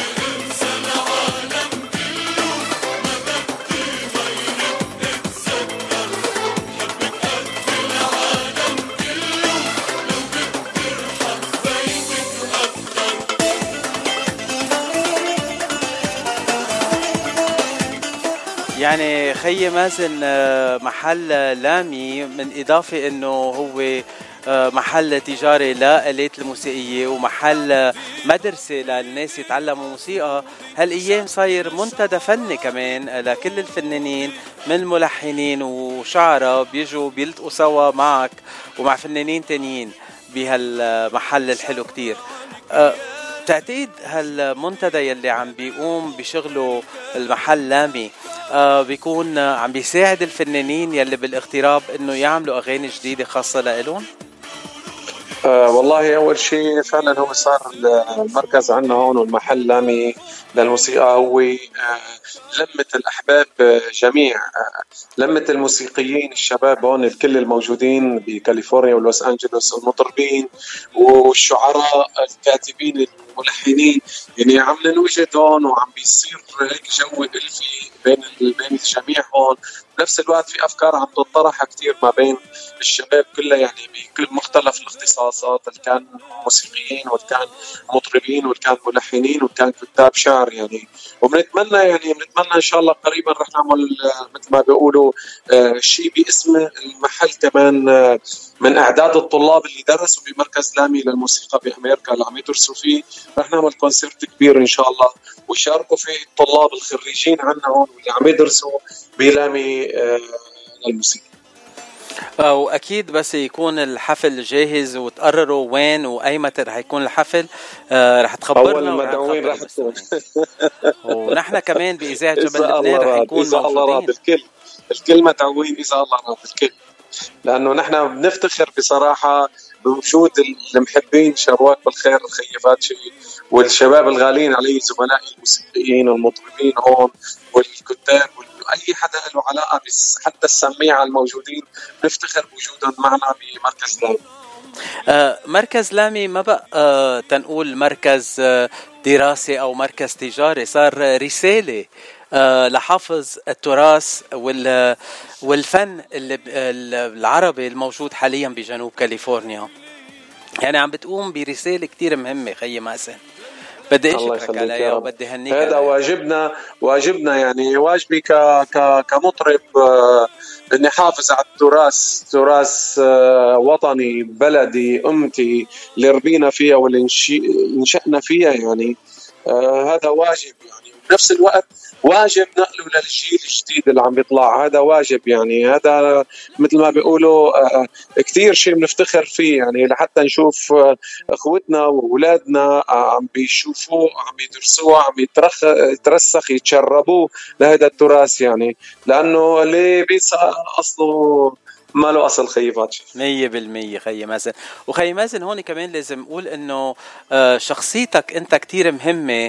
يعني خي مازن محل لامي، من إضافة أنه هو محل تجاري لآلات الموسيقية ومحل مدرسة للناس يتعلموا موسيقى، هالأيام صاير منتدى فني كمان لكل الفنانين من الملحنين وشعراء بيجوا بيلتقوا سوا معك ومع فنانين تانيين بهالمحل الحلو كتير. تعتقد هالمنتدى يلي عم بيقوم بشغله المحل لامي بيكون عم بيساعد الفنانين يلي بالاغتراب انه يعملوا اغاني جديدة خاصة لإلهم؟ والله أول شيء فعلا هو صار المركز عنا هون والمحل لامي للموسيقى هو لمة الأحباب جميع، لمة الموسيقيين الشباب هون الكل الموجودين بكاليفورنيا ولوس أنجلوس، المطربين والشعراء الكاتبين الملحنين، يعني عم نوجد هون وعم بيصير هيك جو ألفي بين الجميع هون. بنفس الوقت في افكار عم تنطرح كثير ما بين الشباب كلها، يعني بكل مختلف الاختصاصات، اللي كان موسيقيين واللي كان مطربين واللي كان ملحنين واللي كان كتاب شعر يعني. وبنتمنى ان شاء الله قريبا رح نعمل مثل ما بيقولوا شيء باسم المحل كمان، من اعداد الطلاب اللي درسوا بمركز لامي للموسيقى بامريكا اللي عم يدرسوا فيه. رح نعمل كونسرت كبير ان شاء الله ويشاركوا فيه الطلاب الخريجين عنا هون واللي عم يدرسوا بلامي للموسيقى. واكيد بس يكون الحفل جاهز وتقرروا وين واي متى رح يكون الحفل، رح تخبرنا. اول مدعوين رح تكون ونحن كمان باذاعه جبل لبنان رح يكون إذا الله راد الكل مدعوين اذا الله راد الكل، لانه نحن بنفتخر بصراحه بوجود المحبين شروات بالخير الخيفاتشي والشباب الغاليين علي، زملائي الموسيقيين والمطربين هون والكتاب اي حدا له علاقه حتى السميعه الموجودين، نفتخر بوجودهم معنا بمركز لامي. مركز لامي ما بقى تنقول مركز دراسي او مركز تجاري، صار رساله لحافظ التراث والفن العربي الموجود حاليا بجنوب كاليفورنيا. يعني عم بتقوم برساله كتير مهمه خيي ماسن، بدي اشكرك عليها وبدي هنيك. هذا واجبنا يعني واجبي كمطرب اني حافظ على تراث وطني بلدي امتي اللي ربينا فيها واللي انشأنا فيها يعني. هذا واجب يعني، بنفس الوقت واجب نقله للجيل الجديد اللي عم بيطلع. هذا واجب يعني، هذا مثل ما بيقولوا كثير شيء بنفتخر فيه يعني، لحتى نشوف اخوتنا واولادنا عم بيشوفوه، عم يدرسوه، عم يترسخ يتشربوه لهذا التراث يعني، لانه اللي بينسى اصله ما له أصل. خيفات 100% خي مازن. وخي مازن هون كمان لازم أقول إنه شخصيتك أنت كتير مهمة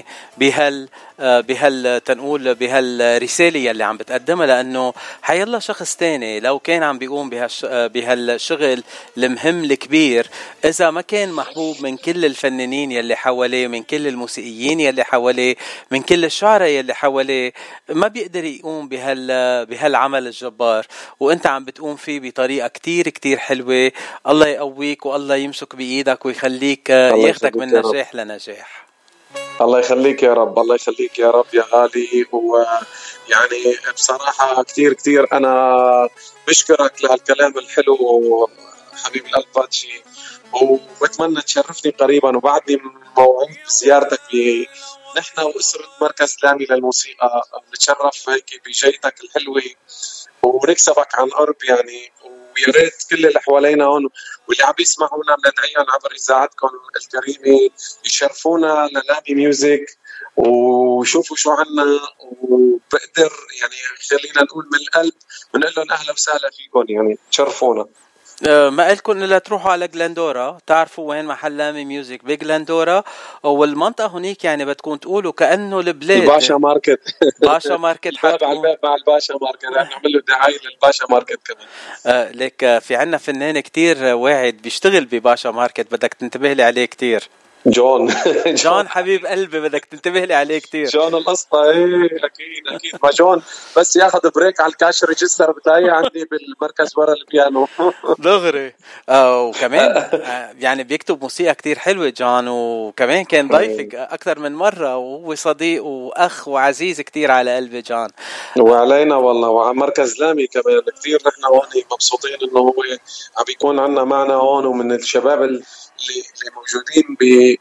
تنقول بهالرسالة اللي عم بتقدمها، لأنه حيالله شخص تاني لو كان عم بيقوم بهالشغل المهم الكبير، إذا ما كان محبوب من كل الفنانين يلي حواليه، من كل الموسيقيين يلي حواليه، من كل الشعراء يلي حواليه، ما بيقدر يقوم بهالعمل الجبار. وأنت عم بتقوم فيه بطريقة كتير كتير حلوة. الله يقويك والله يمسك بإيدك ويخليك ياخدك من نجاح لنجاح. الله يخليك يا رب، الله يخليك يا رب يا غالي. ويعني بصراحة كتير كتير أنا بشكرك لهالكلام الحلو حبيبي القلب باتشي، وبتمنى تشرفني قريبا وبعدني موعد بزيارتك نحن وأسرة مركز لامي للموسيقى. نتشرف هيك بجيتك الحلوة ونكسبك عن قرب يعني. ويا ريت كل اللي حوالينا هون واللي عم يسمعونا بندعيهم عبر اذاعتكم الكريمه يشرفونا للامي ميوزك ويشوفوا شو عنا، وبقدر يعني خلينا نقول من القلب بنقول لهم اهلا وسهلا فيكم يعني، تشرفونا. ما قلكن إلا تروحوا على غلاندورا، تعرفوا وين محل لامي ميوزك بغلاندورا، والمنطقة هناك يعني بتكون تقولوا كأنه البلاد الباشا ماركت. باشا ماركت الباب على الباب مع الباشا ماركت، نعمل له دعاية للباشا ماركت كمان. لك في عنا فنان كتير واعد بيشتغل بباشا ماركت، بدك تنتبه لي عليه كتير. جون حبيب قلبي، بدك تنتبه لي عليه كتير. جون القصة ايه اكيد ما جون بس ياخذ بريك على الكاش ريجستر بتاعي عندي بالمركز ورا البيانو دغري. وكمان يعني بيكتب موسيقى كتير حلوة جون، وكمان كان ضيفك أكثر من مرة، وهو صديق وأخ وعزيز كتير على قلبي جون. وعلينا والله، وعلى مركز لامي كمان كتير نحن هون مبسوطين إنه هو عم بيكون عنا معنا هون، ومن الشباب اللي موجودين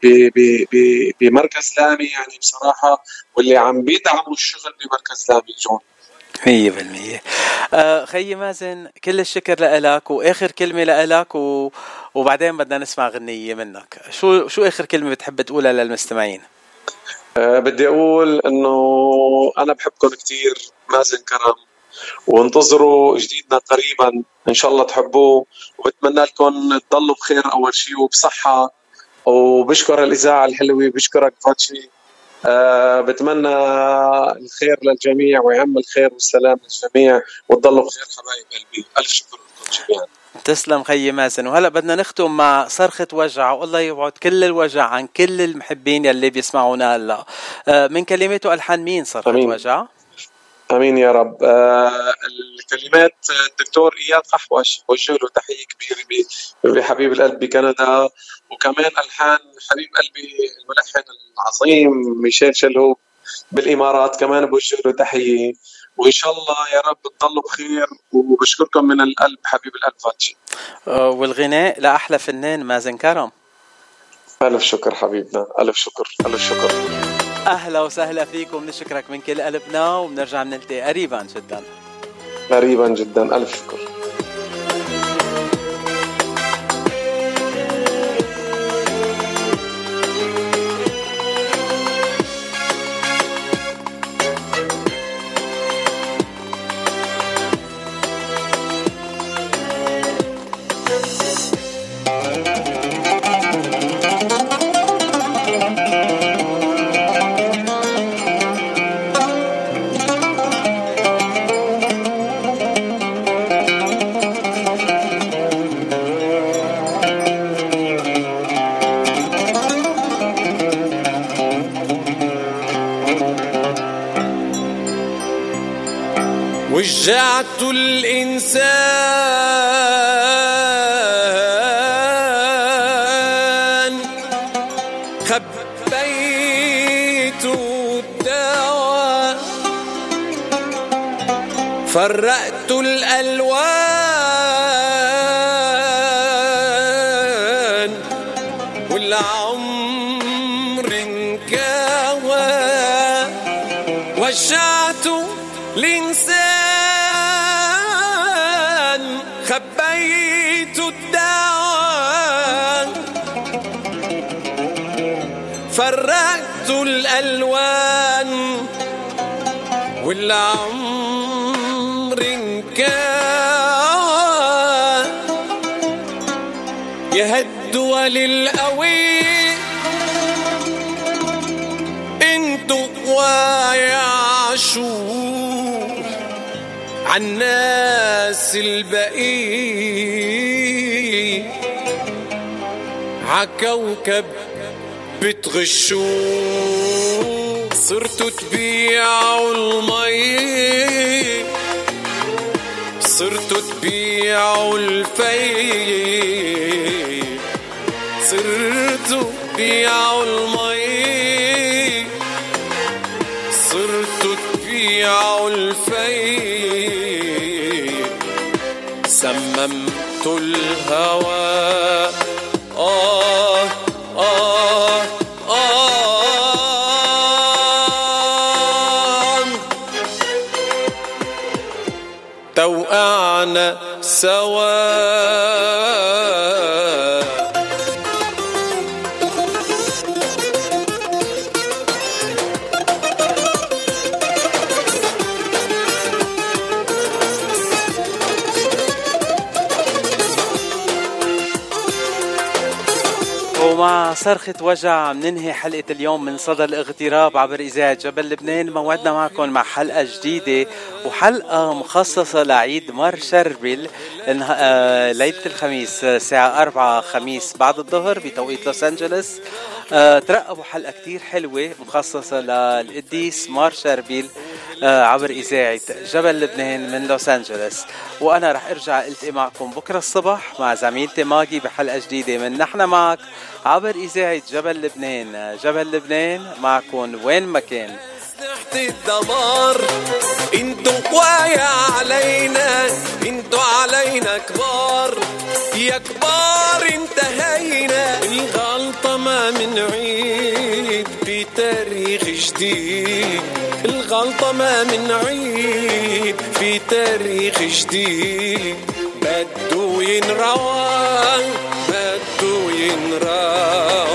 بمركز لامي يعني بصراحة، واللي عم بيدعموا الشغل بمركز لامي جون 100%. خيي مازن كل الشكر لك، وآخر كلمة لك وبعدين بدنا نسمع غنية منك. شو آخر كلمة بتحب تقولها للمستمعين؟ بدي أقول إنه أنا بحبكم كتير مازن كرم، وانتظروا جديدنا قريبا إن شاء الله تحبوه، وبتمنى لكم تضلوا بخير أول شيء وبصحة. وبشكر الإذاعة الحلوة، بشكرك فاتشي. بتمنى الخير للجميع ويعم الخير والسلام للجميع، وتضلوا بخير حبايب قلبي. ألف شكر لكم جميعا. تسلم خيي مازن. وهلأ بدنا نختم مع صرخة وجع، والله يبعد كل الوجع عن كل المحبين يلي بيسمعونا هلأ. من كلماته ألحان مين صرخة وجع؟ امين يا رب. الكلمات الدكتور اياد قحوش، وجه له تحيه كبيره بحبيب القلب بكندا، وكمان الحان حبيب قلبي الملحن العظيم ميشيل شلهوب بالامارات، كمان بوجه له تحيه، وان شاء الله يا رب تضلوا بخير، وبشكركم من القلب حبيب القلب فاتشي. والغناء لاحلى فنان مازن كرم. الف شكر حبيبنا، الف شكر الف شكر. اهلا وسهلا فيكم، نشكرك من كل قلبنا، وبنرجع نلتقي قريبا جدا. قريبا جدا، الف شكر. وجعت الإنسان خبيت الدواء فرقت الألوان والعمر انكوى وجعت الإنسان خبيت الدواء فرقت الألوان والعمر انكوى يهدوا للقوي انتوا ويعشوا عالناس البقي عكوكب بتغشوا صرتوا تبيعوا المي صرتوا تبيعوا الفي صرتوا تبيعوا المي صرتوا تبيعوا الفي سممت الهوى توقعنا سوا ومع صرخة وجع مننهي حلقة اليوم من صدى الاغتراب عبر إذاعة جبل لبنان. موعدنا معكم مع حلقة جديدة وحلقة مخصصة لعيد مار شربل ليلة الخميس الساعة 4 خميس بعد الظهر بتوقيت لوس أنجلوس. ترقبوا حلقة كتير حلوة مخصصة للقديس مار شربل عبر إذاعة جبل لبنان من لوس أنجلوس. وأنا رح أرجع ألتقي معكم بكرة الصبح مع زميلتي ماجي بحلقة جديدة من نحن معك عبر إذاعة جبل لبنان. جبل لبنان معكم وين ما كان. تحت الدمار انتوا قوايا علينا انتوا علينا كبار يا كبار انتهينا الغلطة ما منعيد بتاريخ جديد الغلطة ما منعيد في تاريخ جديد بدو ينروى بدو ينروى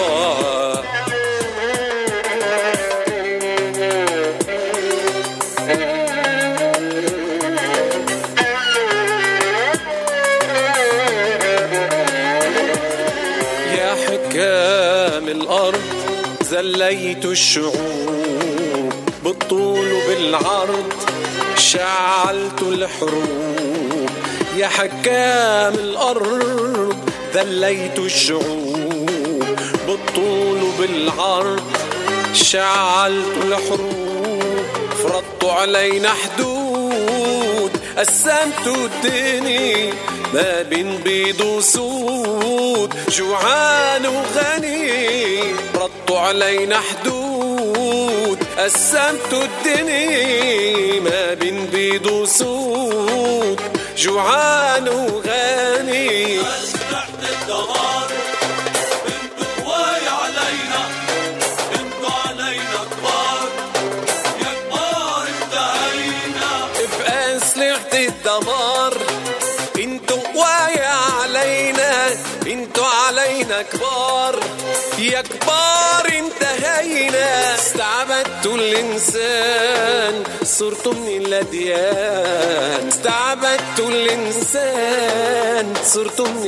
الأرض زليت الشعوب بالطول وبالعرض شعلت الحروب يا حكام الأرض ذليت الشعوب بالطول وبالعرض شعلتوا الحروب فرضتوا علينا حدود قسمتوا الدنيا ما بين بيض وسود جوعان وغني ردوا علينا حدود قسمتوا الدنيا ما بين بيض وسود جوعان وغني أسلحة الدمار انتوا قواي علينا انتوا علينا كبار يا كبار انتهينا بأسلحة الدمار انتوا قواي علينا انتوا علينا كبار يا كبار انتهينا استعبدتوا الإنسان صرتوا من الأديان استعبدتوا الإنسان صرتوا من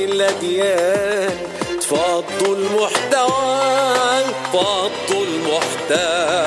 الأديان تفضوا المحتوى تفضوا المحتوى